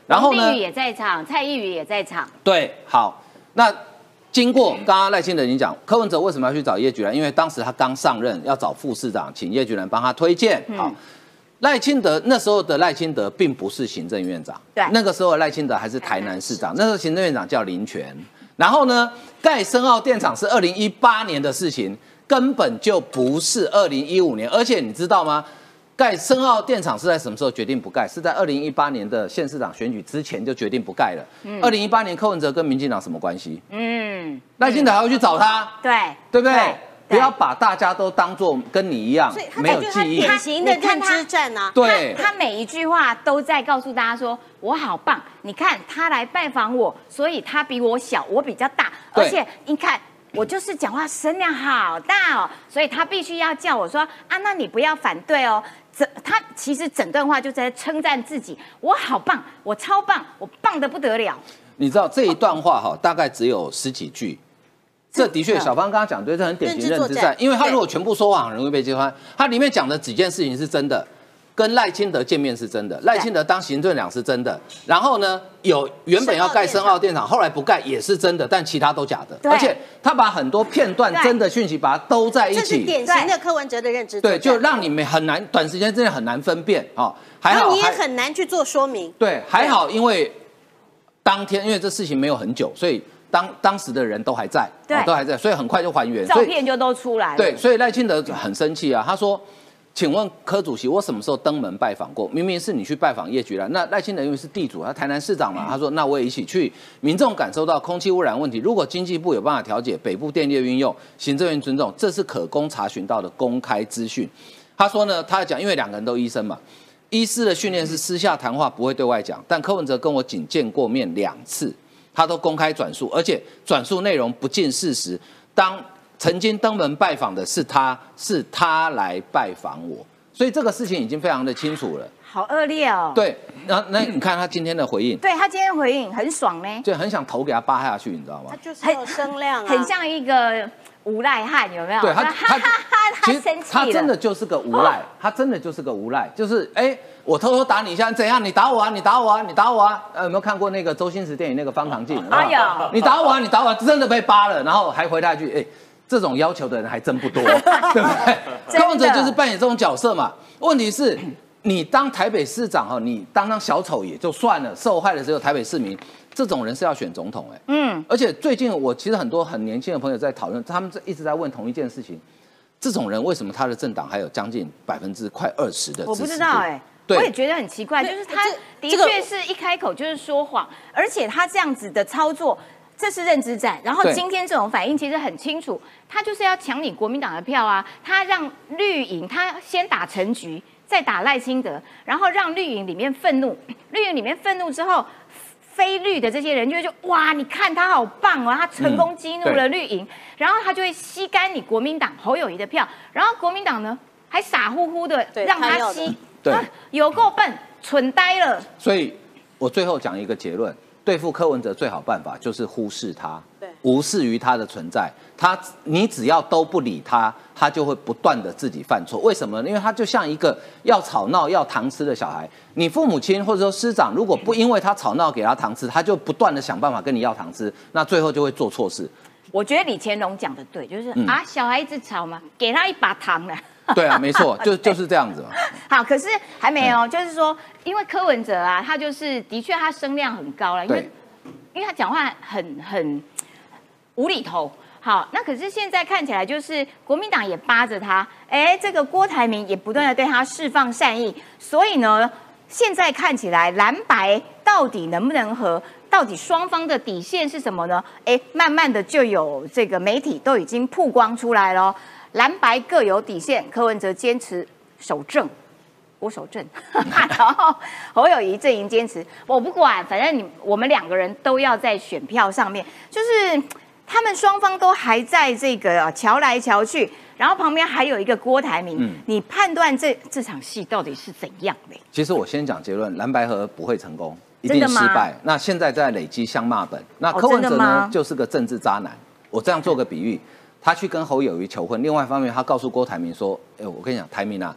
然后呢王定宇也在场，蔡依瑜也在场。 对，好，那经过刚刚赖清德已经讲，柯文哲为什么要去找叶菊兰？因为当时他刚上任，要找副市长，请叶菊兰帮他推荐。好，赖清德那时候的赖清德并不是行政院长， 对， 那个时候的赖清德还是台南市长，那时候行政院长叫林权。然后呢，盖深澳电厂是2018年的事情，根本就不是2015年。而且你知道吗？盖深澳电厂是在什么时候决定不盖？是在2018年的县市长选举之前就决定不盖了。2018年柯文哲跟民进党什么关系？赖清德还会去找他，对不对？不要把大家都当作跟你一样没有记忆。 典型的认知战啊！ 对， 他每一句话都在告诉大家说：“我好棒！你看他来拜访我，所以他比我小，我比较大，而且你看我就是讲话声量好大哦，所以他必须要叫我说啊，那你不要反对哦。”他其实整段话就在称赞自己，我好棒，我超棒，我棒得不得了。 你知道这一段话哈，大概只有10几句。这的确，小芳刚刚讲对，这很典型认知战，因为他如果全部说谎，很容易被揭穿。他里面讲的几件事情是真的，跟赖清德见面是真的，赖清德当行政长是真的。然后呢，原本要盖深澳电厂，后来不盖也是真的，但其他都假的。而且他把很多片段真的讯息把它兜在一起， 这是典型的柯文哲的认知。 对，就让你们很难短时间之内很难分辨哦。还好你也很难去做说明。 对，还好，因为当天因为这事情没有很久，所以。当时的人都还在，都还在，所以很快就还原， 照片就都出来了。 对，所以赖清德很生气啊，他说：“请问柯主席，我什么时候登门拜访过？明明是你去拜访叶菊兰。那赖清德因为是地主，他台南市长嘛，他说那我也一起去。民众感受到空气污染问题，如果经济部有办法调解，北部电力运用，行政院尊重，这是可供查询到的公开资讯。”他说呢，他讲因为2个人都医生嘛。医师的训练是私下谈话，不会对外讲，但柯文哲跟我仅见过面2次。他都公开转述，而且转述内容不尽事实。曾经登门拜访的是他来拜访我，所以这个事情已经非常的清楚了。 好恶劣哦。 对，那你看他今天的回应， 对他今天回应很爽呢， 就很想头给他扒下去，你知道吗？ 他就是有声量啊， 很像一个无赖汉，有没有？ 对他生气了， 他真的就是个无赖，他真的就是个无赖，就是我偷偷打你一下，怎样？你打我啊！你打我啊！你打我啊！有没有看过那个周星驰电影那个《方唐镜》？ 哎呀， 你打我啊！你打我啊！真的被扒了，然后还回他一句：“这种要求的人还真不多，对不对？”柯文哲就是扮演这种角色嘛。问题是，你当台北市长哈，你当小丑也就算了，受害的只有台北市民。这种人是要选总统而且最近我其实很多很年轻的朋友在讨论，他们一直在问同一件事情：这种人为什么他的政党还有将近快20%的支持度？ 我不知道我也觉得很奇怪，就是他的确是一开口就是说谎，而且他这样子的操作，这是认知战。然后今天这种反应其实很清楚，他就是要抢你国民党的票啊！他让绿营，他先打陈菊，再打赖清德，然后让绿营里面愤怒，绿营里面愤怒之后，非绿的这些人就会哇，你看他好棒哦，他成功激怒了绿营，然后他就会吸干你国民党侯友宜的票，然后国民党呢还傻乎乎的让他吸。 对， 有够笨，蠢呆了。所以，我最后讲一个结论：对付柯文哲最好办法就是忽视他，无视于他的存在。你只要都不理他，他就会不断的自己犯错。为什么呢？因为他就像一个要吵闹、要糖吃的小孩。你父母亲或者说师长，如果不因为他吵闹给他糖吃，他就不断的想办法跟你要糖吃，那最后就会做错事。 我觉得李乾隆讲的对，就是小孩子吵嘛，给他一把糖了。 对啊，没错，就是这样子嘛。 好，可是还没有，就是说，因为柯文哲啊，他就是的确他声量很高了，因为他讲话很无厘头。好，那可是现在看起来就是国民党也扒着他，这个郭台铭也不断的对他释放善意，所以呢，现在看起来蓝白到底能不能合？到底双方的底线是什么呢？慢慢的就有这个媒体都已经曝光出来了。蓝白各有底线，柯文哲坚持守正，我守正，然后侯友宜阵营坚持我不管，反正我们2个人都要在选票上面，就是他们双方都还在这个瞧来瞧去，然后旁边还有一个郭台铭，你判断这场戏到底是怎样的？ 其实我先讲结论，蓝白合不会成功，一定失败。那现在在累积相骂本，那柯文哲呢就是个政治渣男。我这样做个比喻。他去跟侯友宜求婚，另外一方面，他告诉郭台铭说：“我跟你讲，台铭啊，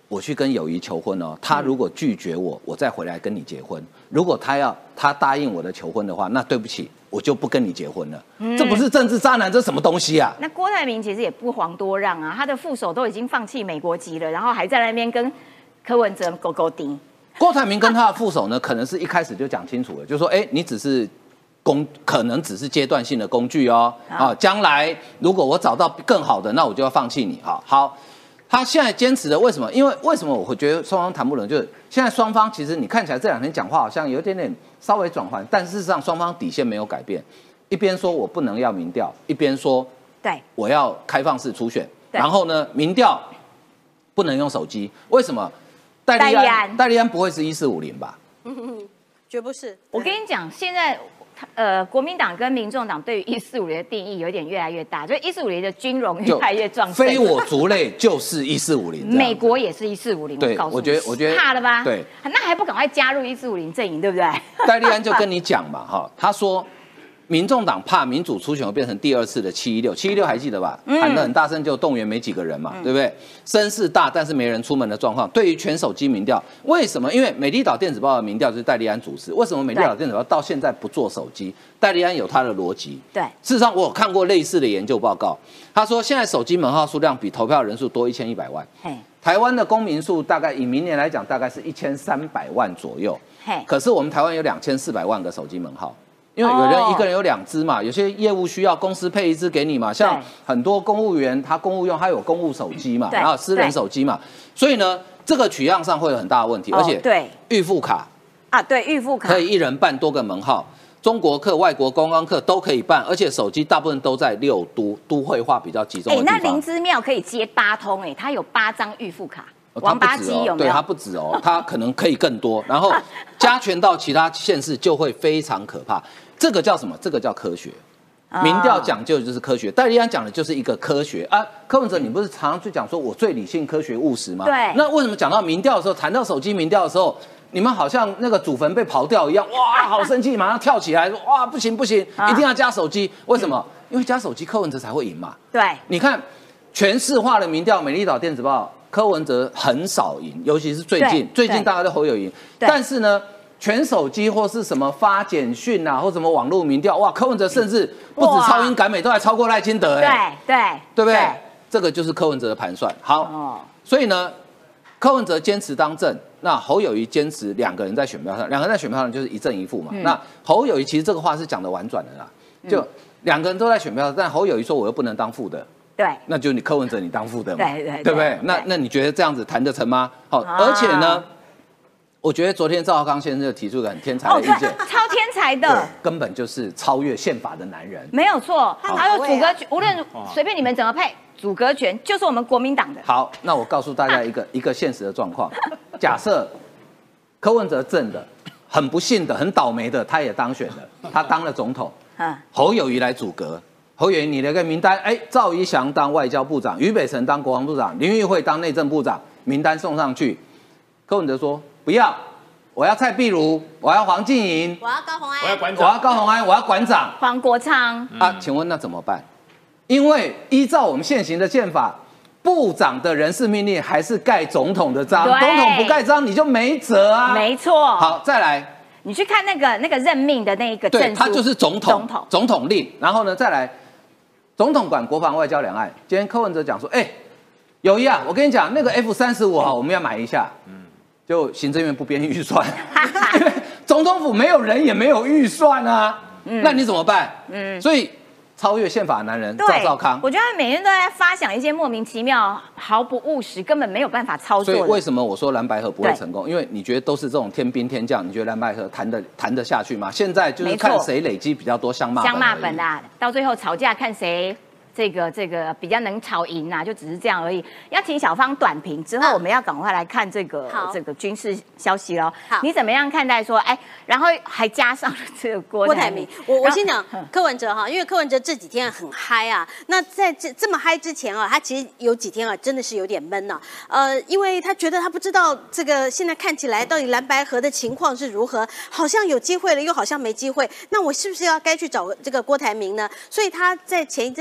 我去跟友谊求婚哦，他如果拒绝我，我再回来跟你结婚。如果他答应我的求婚的话，那对不起，我就不跟你结婚了。这不是政治渣男，这什么东西啊？ 那郭台铭其实也不遑多让啊，他的副手都已经放弃美国籍了，然后还在那边跟柯文哲勾勾顶。 郭台铭跟他的副手呢，可能是一开始就讲清楚了，就说，你只是可能只是阶段性的工具哦，将来如果我找到更好的，那我就要放弃你。好。他现在坚持的为什么？因为为什么我会觉得双方谈不拢？就是现在双方其实你看起来这2天讲话好像有一点点稍微转换，但事实上双方底线没有改变。一边说我不能要民调，一边说对我要开放式初选。然后呢，民调不能用手机，为什么？戴立安不会是1450吧？ 绝不是。 我跟你讲，现在。国民党跟民众党对于1450的定义有点越来越大，所以1450的军容越来越壮盛。 非我族类就是1450， 美国也是1450。 对，我觉得怕了吧？ 对， 那还不赶快加入1450阵营，对不对？ 戴立安就跟你讲嘛，他说民众党怕民主初选会变成第2次的716还记得吧？喊得很大声，就动员没几个人嘛，对不对？声势大，但是没人出门的状况。对于全手机民调，为什么？因为美丽岛电子报的民调就是戴立安主持。为什么美丽岛电子报到现在不做手机？戴立安有他的逻辑。 对， 事实上我有看过类似的研究报告，他说现在手机门号数量比投票人数多1100万。台湾的公民数大概以明年来讲，大概是1300万左右。可是我们台湾有2400万个手机门号。因为有人一个人有2只嘛，有些业务需要公司配1只给你嘛，像很多公务员他公务用他有公务手机嘛，然后私人手机嘛，所以呢，这个取样上会有很大的问题，而且预付卡啊，对，预付卡可以1人办多个门号，中国客、外国观光客都可以办，而且手机大部分都在6都会化比较集中的地方。 那林姿妙可以接8通，他有8张预付卡。王八鸡有没有？ 对，它不止哦，它可能可以更多，然后加权到其他县市就会非常可怕。这个叫什么？这个叫科学。民调讲究的就是科学，戴立安讲的就是一个科学啊。柯文哲，你不是常常去讲说我最理性、科学、务实吗？ 对。 那为什么讲到民调的时候，谈到手机民调的时候，你们好像那个祖坟被刨掉一样，哇，好生气，马上跳起来说，哇，不行不行，一定要加手机。为什么？因为加手机，柯文哲才会赢嘛。 对。 你看全市化的民调，美丽岛电子报，柯文哲很少赢，尤其是最近大家都侯友赢，但是呢。全手机或是什么发简讯啊，或什么网络民调，哇，柯文哲甚至不止超英赶美，都还超过赖清德， 对不对？这个就是柯文哲的盘算。好，所以呢，柯文哲坚持当正，那侯友宜坚持2个人在选票上，2个人在选票上就是一正一负嘛。那侯友宜其实这个话是讲的婉转的啦，就2个人都在选票上，但侯友宜说我又不能当副的。 对， 那就你柯文哲你当副的嘛， 对不对？那你觉得这样子谈得成吗？好，而且呢。我觉得昨天赵少康先生就提出一个很天才的意见， 超天才的， 根本就是超越宪法的男人， 没有错。他说阻隔权，无论随便你们怎么配，阻隔权就是我们国民党的。 好，那我告诉大家一个现实的状况，假设柯文哲正的，很不幸的、很倒霉的，他也当选了，他当了总统，侯友宜来阻隔。侯友宜，你的一个名单，赵怡翔当外交部长，于北辰当国防部长，林育卉当内政部长，名单送上去。柯文哲说不要，我要蔡壁如，我要黄敬莹， 我要高虹安， 我要馆长， 我要高虹安，我要馆长黄国昌啊，请问那怎么办？因为依照我们现行的宪法，部长的人事命令还是盖总统的章，总统不盖章你就没辙啊。 没错。 好，再来， 你去看那个任命的那个证书， 对，他就是总统令，然后呢再来，总统管国防外交两岸。今天柯文哲讲说，友宜啊，我跟你讲，那个 F-35啊，我们要买一下。就行政院不编预算，因为总统府没有人也没有预算啊，那你怎么办？所以超越宪法的男人赵少康， 我觉得他每天都在发想一些莫名其妙、毫不务实、根本没有办法操作的。 所以为什么我说蓝白合不会成功？因为你觉得都是这种天兵天将，你觉得蓝白合谈得下去吗？现在就是看谁累积比较多相骂本啦，到最后吵架看谁。这个比较能吵赢啊，就只是这样而已。要请小芳短评之后，我们要赶快来看这个军事消息喽。你怎么样看待说，然后还加上了这个郭台铭？ 我先讲柯文哲哈，因为柯文哲这几天很嗨啊。那在这么嗨之前啊，他其实有几天啊，真的是有点闷呐。因为他觉得他不知道这个现在看起来到底蓝白合的情况是如何，好像有机会了，又好像没机会。那我是不是要该去找这个郭台铭呢？所以他在前一阵的接受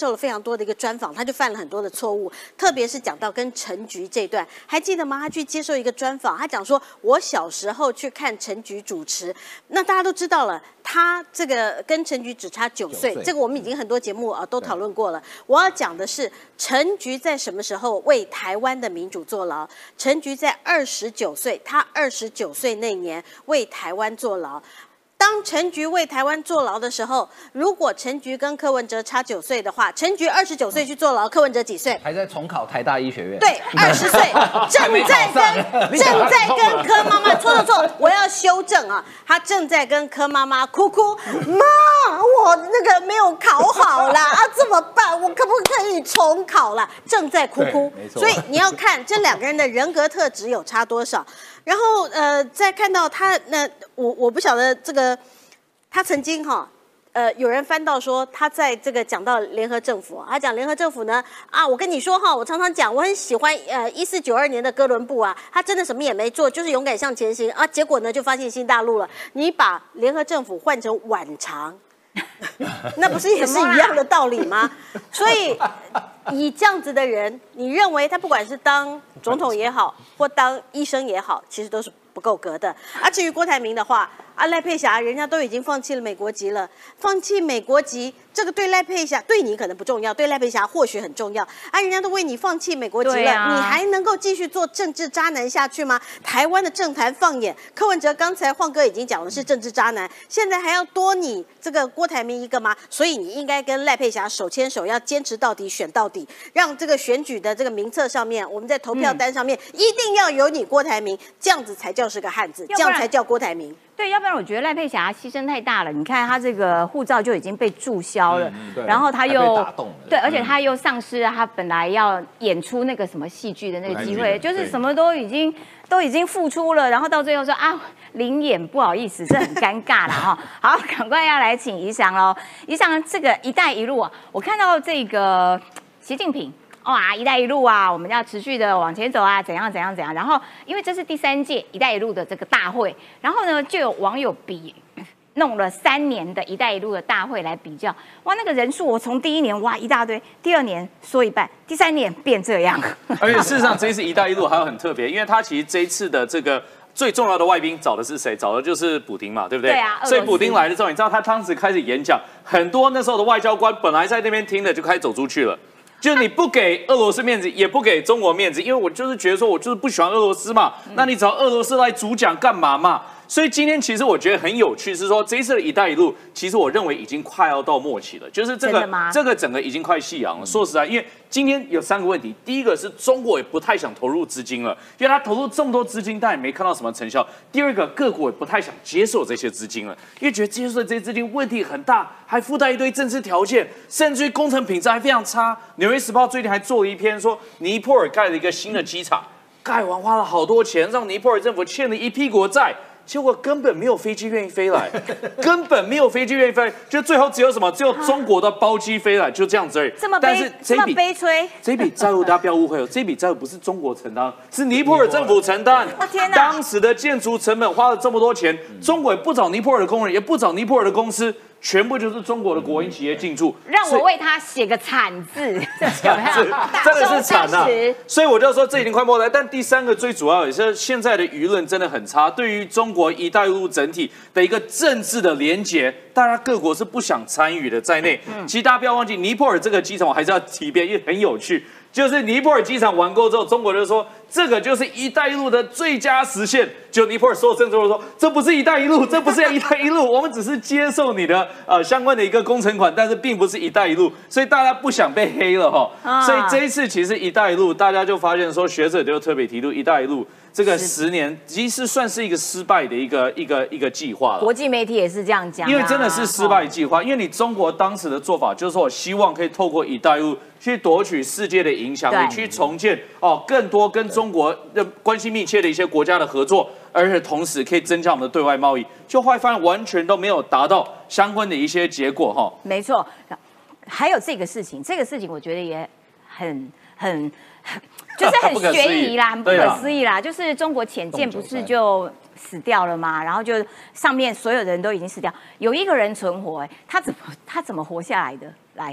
受了非常多的一个专访，他就犯了很多的错误，特别是讲到跟陈菊这段，还记得吗？他去接受一个专访，他讲说，我小时候去看陈菊主持，那大家都知道了，他这个跟陈菊只差9岁，这个我们已经很多节目都讨论过了。我要讲的是，陈菊在什么时候为台湾的民主坐牢？陈菊在29岁，他29岁那年为台湾坐牢。当陈菊为台湾坐牢的时候，如果陈菊跟柯文哲差9岁的话，陈菊29岁去坐牢，柯文哲几岁？ 还在重考台大医学院。 对，20岁，正在跟柯妈妈错，我要修正啊，他正在跟柯妈妈哭，妈，我那个没有考好啦，怎么办？我可不可以重考啦？正在哭，所以你要看这2个人的人格特质有差多少。然后再看到他我不晓得这个，他曾经有人翻到说他在这个讲到联合政府，他讲联合政府呢我跟你说我常常讲我很喜欢1492年的哥伦布啊，他真的什么也没做，就是勇敢向前行结果呢就发现新大陆了。你把联合政府换成碗肠，那不是也是一样的道理吗？所以以这样子的人，你认为他不管是当总统也好，或当医生也好，其实都是不够格的。至于郭台铭的话，赖佩霞人家都已经放弃了美国籍了，放弃美国籍，这个对赖佩霞对你可能不重要，对赖佩霞或许很重要人家都为你放弃美国籍了，你还能够继续做政治渣男下去吗？台湾的政坛放眼，柯文哲刚才晃哥已经讲的是政治渣男，现在还要多你这个郭台铭一个吗？所以你应该跟赖佩霞手牵手，要坚持到底，选到底，让这个选举的这个名册上面，我们在投票单上面一定要有你郭台铭，这样子才叫是个汉子，这样才叫郭台铭。 对，要不然我觉得赖佩霞牺牲太大了。你看她这个护照就已经被注销了，然后她又对，而且她又丧失了她本来要演出那个什么戏剧的那个机会，就是什么都已经付出了，然后到最后说零演，不好意思，这很尴尬啦好，赶快要来请宜翔喽。宜翔，这个“一带一路”我看到这个习近平。一带一路我们要持续的往前走怎样。然后，因为这是第3届一带一路的这个大会，然后呢，就有网友弄了3年的一带一路的大会来比较，那个人数我从第1年一大堆，第2年缩一半，第3年变这样。 而且事实上，这一次一带一路还有很特别，因为他其实这一次的这个最重要的外宾找的是谁？找的就是普丁嘛，对不对？ 对啊。 所以普丁来的时候，你知道他当时开始演讲，很多那时候的外交官本来在那边听的，就开始走出去了。就你不给俄罗斯面子，也不给中国面子，因为我就是觉得说，我就是不喜欢俄罗斯嘛。那你找俄罗斯来主讲干嘛嘛？所以今天其实我觉得很有趣，是说这一次的一带一路，其实我认为已经快要到末期了，就是这个整个已经快夕阳了。说实在，因为今天有3个问题，第一个是中国也不太想投入资金了，因为他投入这么多资金，但也没看到什么成效。第二个，各国也不太想接受这些资金了，因为觉得接受这些资金问题很大，还附带一堆政治条件，甚至于工程品质还非常差。纽约时报最近还做了一篇说，尼泊尔盖了一个新的机场，盖完花了好多钱，让尼泊尔政府欠了一屁股债。结果根本没有飞机愿意飞来，根本没有飞机愿意飞来，就最后只有什么？只有中国的包机飞来，就这样子而已。 这么悲催， 这笔债务大家不要误会哦，这笔债务不是中国承担，是尼泊尔政府承担。 天哪！ 当时的建筑成本花了这么多钱，中国也不找尼泊尔的工人，也不找尼泊尔的公司。全部就是中国的国营企业进驻， 让我为他写个惨字， 真的是惨啊！所以我就说这已经快末了。但第3个最主要也是现在的舆论真的很差，对于中国一带一路整体的一个政治的连结，大家各国是不想参与的在内。其实大家不要忘记尼泊尔这个机场，我还是要提一遍，因为很有趣。就是尼泊尔机场完购之后，中国就说这个就是一带一路的最佳实现。就尼泊尔所有政治人说，这不是一带一路，这不是一带一路，我们只是接受你的相关的一个工程款，但是并不是一带一路，所以大家不想被黑了所以这一次其实一带一路，大家就发现说，学者就特别提出一带一路这个10年，其实算是一个失败的一个计划了。 国际媒体也是这样讲， 因为真的是失败计划。因为你中国当时的做法就是说，我希望可以透过一带一路去夺取世界的影响力，去重建更多跟中国关系密切的一些国家的合作，而且同时可以增加我们的对外贸易。就后来发现完全都没有达到相关的一些结果没错，还有这个事情我觉得也很就是很悬疑啦，很不可思议啦。就是中国潜舰不是就死掉了吗？然后就上面所有的人都已经死掉，有一个人存活，他怎么活下来的？来，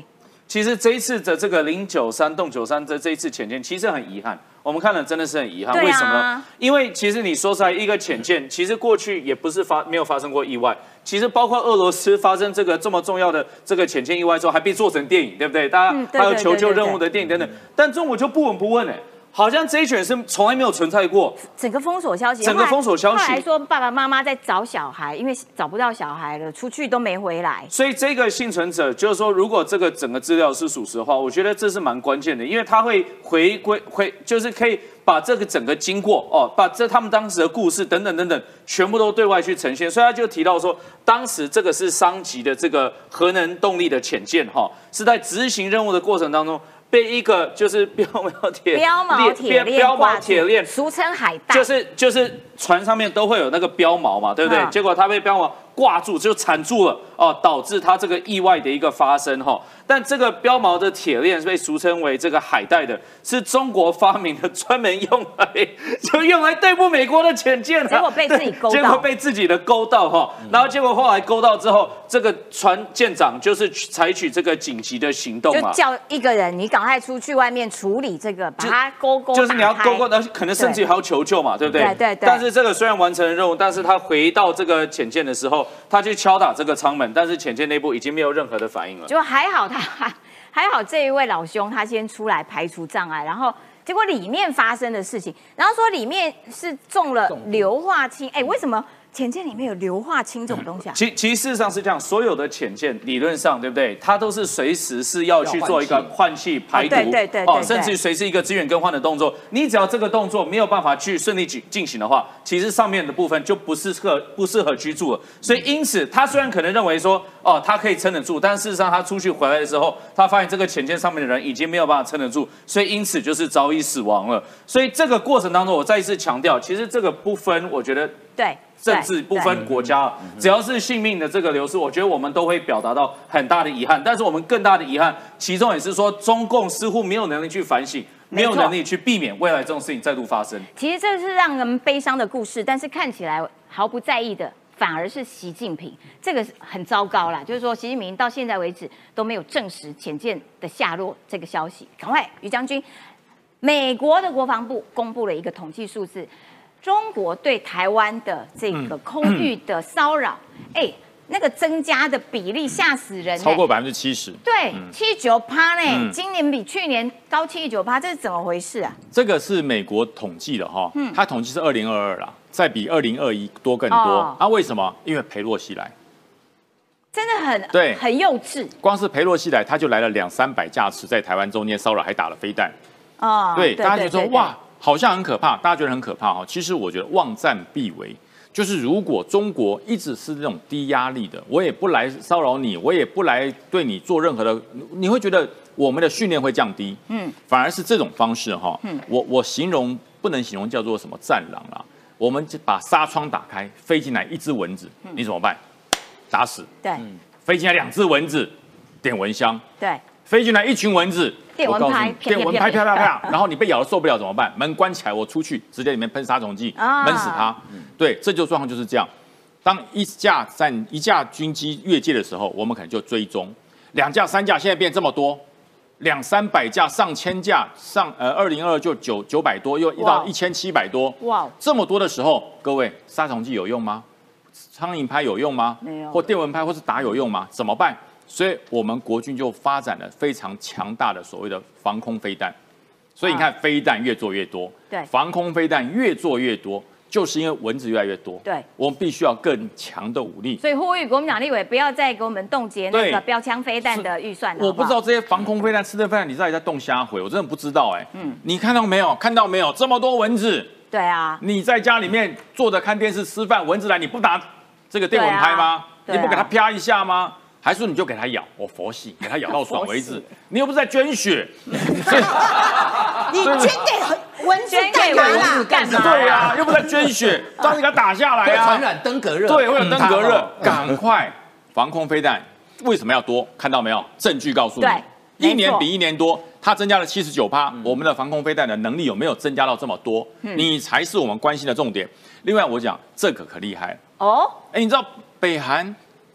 其实这一次的这个093动93的这一次潜舰，其实很遗憾。我们看了真的是很遗憾， 对啊为什么呢？因为其实你说出来一个潜舰，其实过去也不是没有发生过意外。其实包括俄罗斯发生这么重要的这个潜舰意外之后，还被做成电影，对不对？大家还有求救任务的电影等等。但中国就不闻不问好像这一卷是从来没有存在过， 整个封锁消息， 整个封锁消息。 后来说爸爸妈妈在找小孩，因为找不到小孩了，出去都没回来。 所以这个幸存者就是说，如果这个整个资料是属实的话，我觉得这是蛮关键的，因为他会就是可以把这个整个经过把他们当时的故事等等全部都对外去呈现。所以他就提到说，当时这个是商级的这个核能动力的潜舰是在执行任务的过程当中。被一个就是标锚铁链， 俗称海带， 就是船上面都会有那个标锚嘛，对不对？结果它被标锚挂住，就缠住了导致它这个意外的一个发生但这个标锚的铁链被俗称为这个海带的，是中国发明的，专门用来对付美国的潜舰结果被自己勾到， 结果被自己的勾到然后结果后来勾到之后，这个船舰长就是采取这个紧急的行动嘛， 就叫一个人，你赶快出去外面处理这个，把它勾， 就是你要勾，而且可能甚至还要求救嘛，对不对？ 对。 但是这个虽然完成了任务，但是他回到这个潜舰的时候，他去敲打这个舱门，但是潜舰内部已经没有任何的反应了。 就还好这一位老兄他先出来排除障碍，然后结果里面发生的事情，然后说里面是中了硫化氢，为什么潜舰里面有硫化氢这种东西啊？ 其实事实上是这样，所有的潜舰理论上对不对？它都是随时是要去做一个换气排毒， 对， 甚至于随时一个资源更换的动作。你只要这个动作没有办法去顺利进行的话，其实上面的部分就不适合居住了。所以因此，他虽然可能认为说他可以撑得住，但事实上他出去回来的时候，他发现这个潜舰上面的人已经没有办法撑得住，所以因此就是早已死亡了。所以这个过程当中，我再一次强调，其实这个不分，我觉得对。 政治不分国家，只要是性命的这个流失，我觉得我们都会表达到很大的遗憾。但是我们更大的遗憾，其中也是说中共似乎没有能力去反省，没有能力去避免未来这种事情再度发生。 其实这是让人悲伤的故事，但是看起来毫不在意的反而是习近平，这个很糟糕啦。就是说，习近平到现在为止都没有证实潜舰的下落这个消息。赶快，于将军，美国的国防部公布了一个统计数字。中国对台湾的这个空域的骚扰，那个增加的比例吓死人， 超过70%。 对，79%呢，今年比去年高79%，这是怎么回事啊？ 这个是美国统计的它统计是2022啦，再比2021多更多。为什么？因为裴洛西来， 真的对， 很幼稚。 光是裴洛西来，他就来了200-300架次在台湾中间骚扰，还打了飞弹。对，大家就说哇。好像很可怕，大家觉得很可怕其实我觉得望战必为，就是如果中国一直是这种低压力的，我也不来骚扰你，我也不来对你做任何的，你会觉得我们的训练会降低，反而是这种方式我形容不能形容叫做什么战狼啦，我们把纱窗打开，飞进来一只蚊子，你怎么办？打死。 对， 飞进来2只蚊子，点蚊香。 对， 飞进来一群蚊子。 电蚊拍， 啪，然后你被咬的受不了怎么办？门关起来，我出去直接里面喷杀虫剂，闷死它。对，这就状况就是这样。当一架军机越界的时候，我们可能就追踪2架、3架，现在变这么多，200-300架、上千架，2022就900多，又到1700多。哇，这么多的时候，各位杀虫剂有用吗？苍蝇拍有用吗？ 没有。 或电蚊拍或是打有用吗？怎么办？所以我们国军就发展了非常强大的所谓的防空飞弹，所以你看飞弹越做越多， 对， 防空飞弹越做越多，就是因为蚊子越来越多， 对， 我们必须要更强的武力。 所以呼吁国民党立委不要再给我们冻结那个标枪飞弹的预算了。 我不知道这些防空飞弹、刺针飞弹，你到底在冻瞎回？我真的不知道你看到没有？看到没有？这么多蚊子。 对啊。 你在家里面坐着看电视吃饭，蚊子来你不打这个电蚊拍吗？你不给它啪一下吗？还是你就给他咬，佛系，给他咬到爽为止。你又不是在捐血， 你捐给蚊子干嘛？ 对啊，又不是在捐血，这样子给他打下来啊， 会传染登革热。 对，会有登革热，赶快防空飞弹为什么要多？看到没有？证据告诉你，1年比1年多，它增加了79%。我们的防空飞弹的能力有没有增加到这么多？你才是我们关心的重点。另外，我讲这个可厉害你知道北韩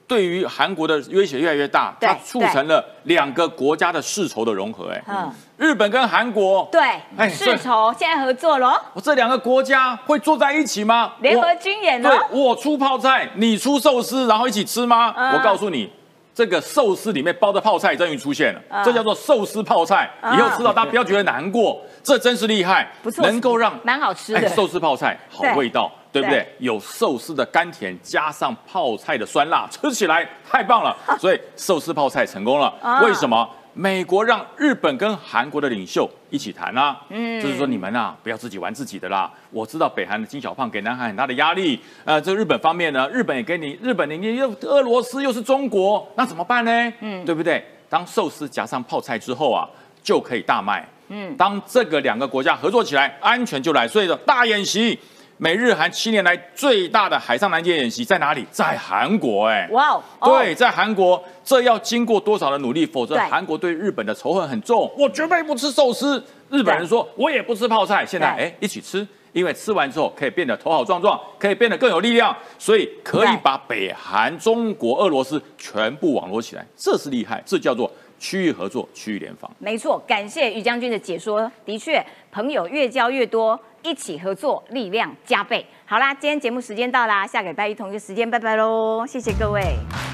对于韩国的威胁越来越大， 对它促成了2个国家的世仇的融合。日本跟韩国， 对， 哎世仇现在合作了， 这2个国家会坐在一起吗？ 联合军演对， 了。 我出泡菜，你出寿司，然后一起吃吗？我告诉你。这个寿司里面包的泡菜终于出现了，这叫做寿司泡菜。以后吃到大家不要觉得难过，这真是厉害， 不错， 能够让蛮好吃的寿司泡菜好味道，对不对？有寿司的甘甜，加上泡菜的酸辣，吃起来太棒了。所以寿司泡菜成功了。为什么？美国让日本跟韩国的领袖一起谈啊，就是说你们啊不要自己玩自己的啦。我知道北韩的金小胖给南韩很大的压力，这日本方面呢，日本也给你，日本你又俄罗斯又是中国，那怎么办呢？对不对？当寿司夹上泡菜之后啊，就可以大卖。当这个2个国家合作起来，安全就来。所以的大演习。美日韩7年来最大的海上拦截演习在哪里？在韩国， 哇哦！ 对，在韩国，这要经过多少的努力？否则韩国对日本的仇恨很重。我绝对不吃寿司。日本人说，我也不吃泡菜。现在一起吃，因为吃完之后可以变得头好壮壮，可以变得更有力量，所以可以把北韩、中国、俄罗斯全部网罗起来，这是厉害，这叫做区域合作、区域联防。 没错，感谢于将军的解说，的确，朋友越交越多。一起合作，力量加倍。好啦，今天节目时间到啦，下个礼拜一同一个时间，拜拜喽！谢谢各位。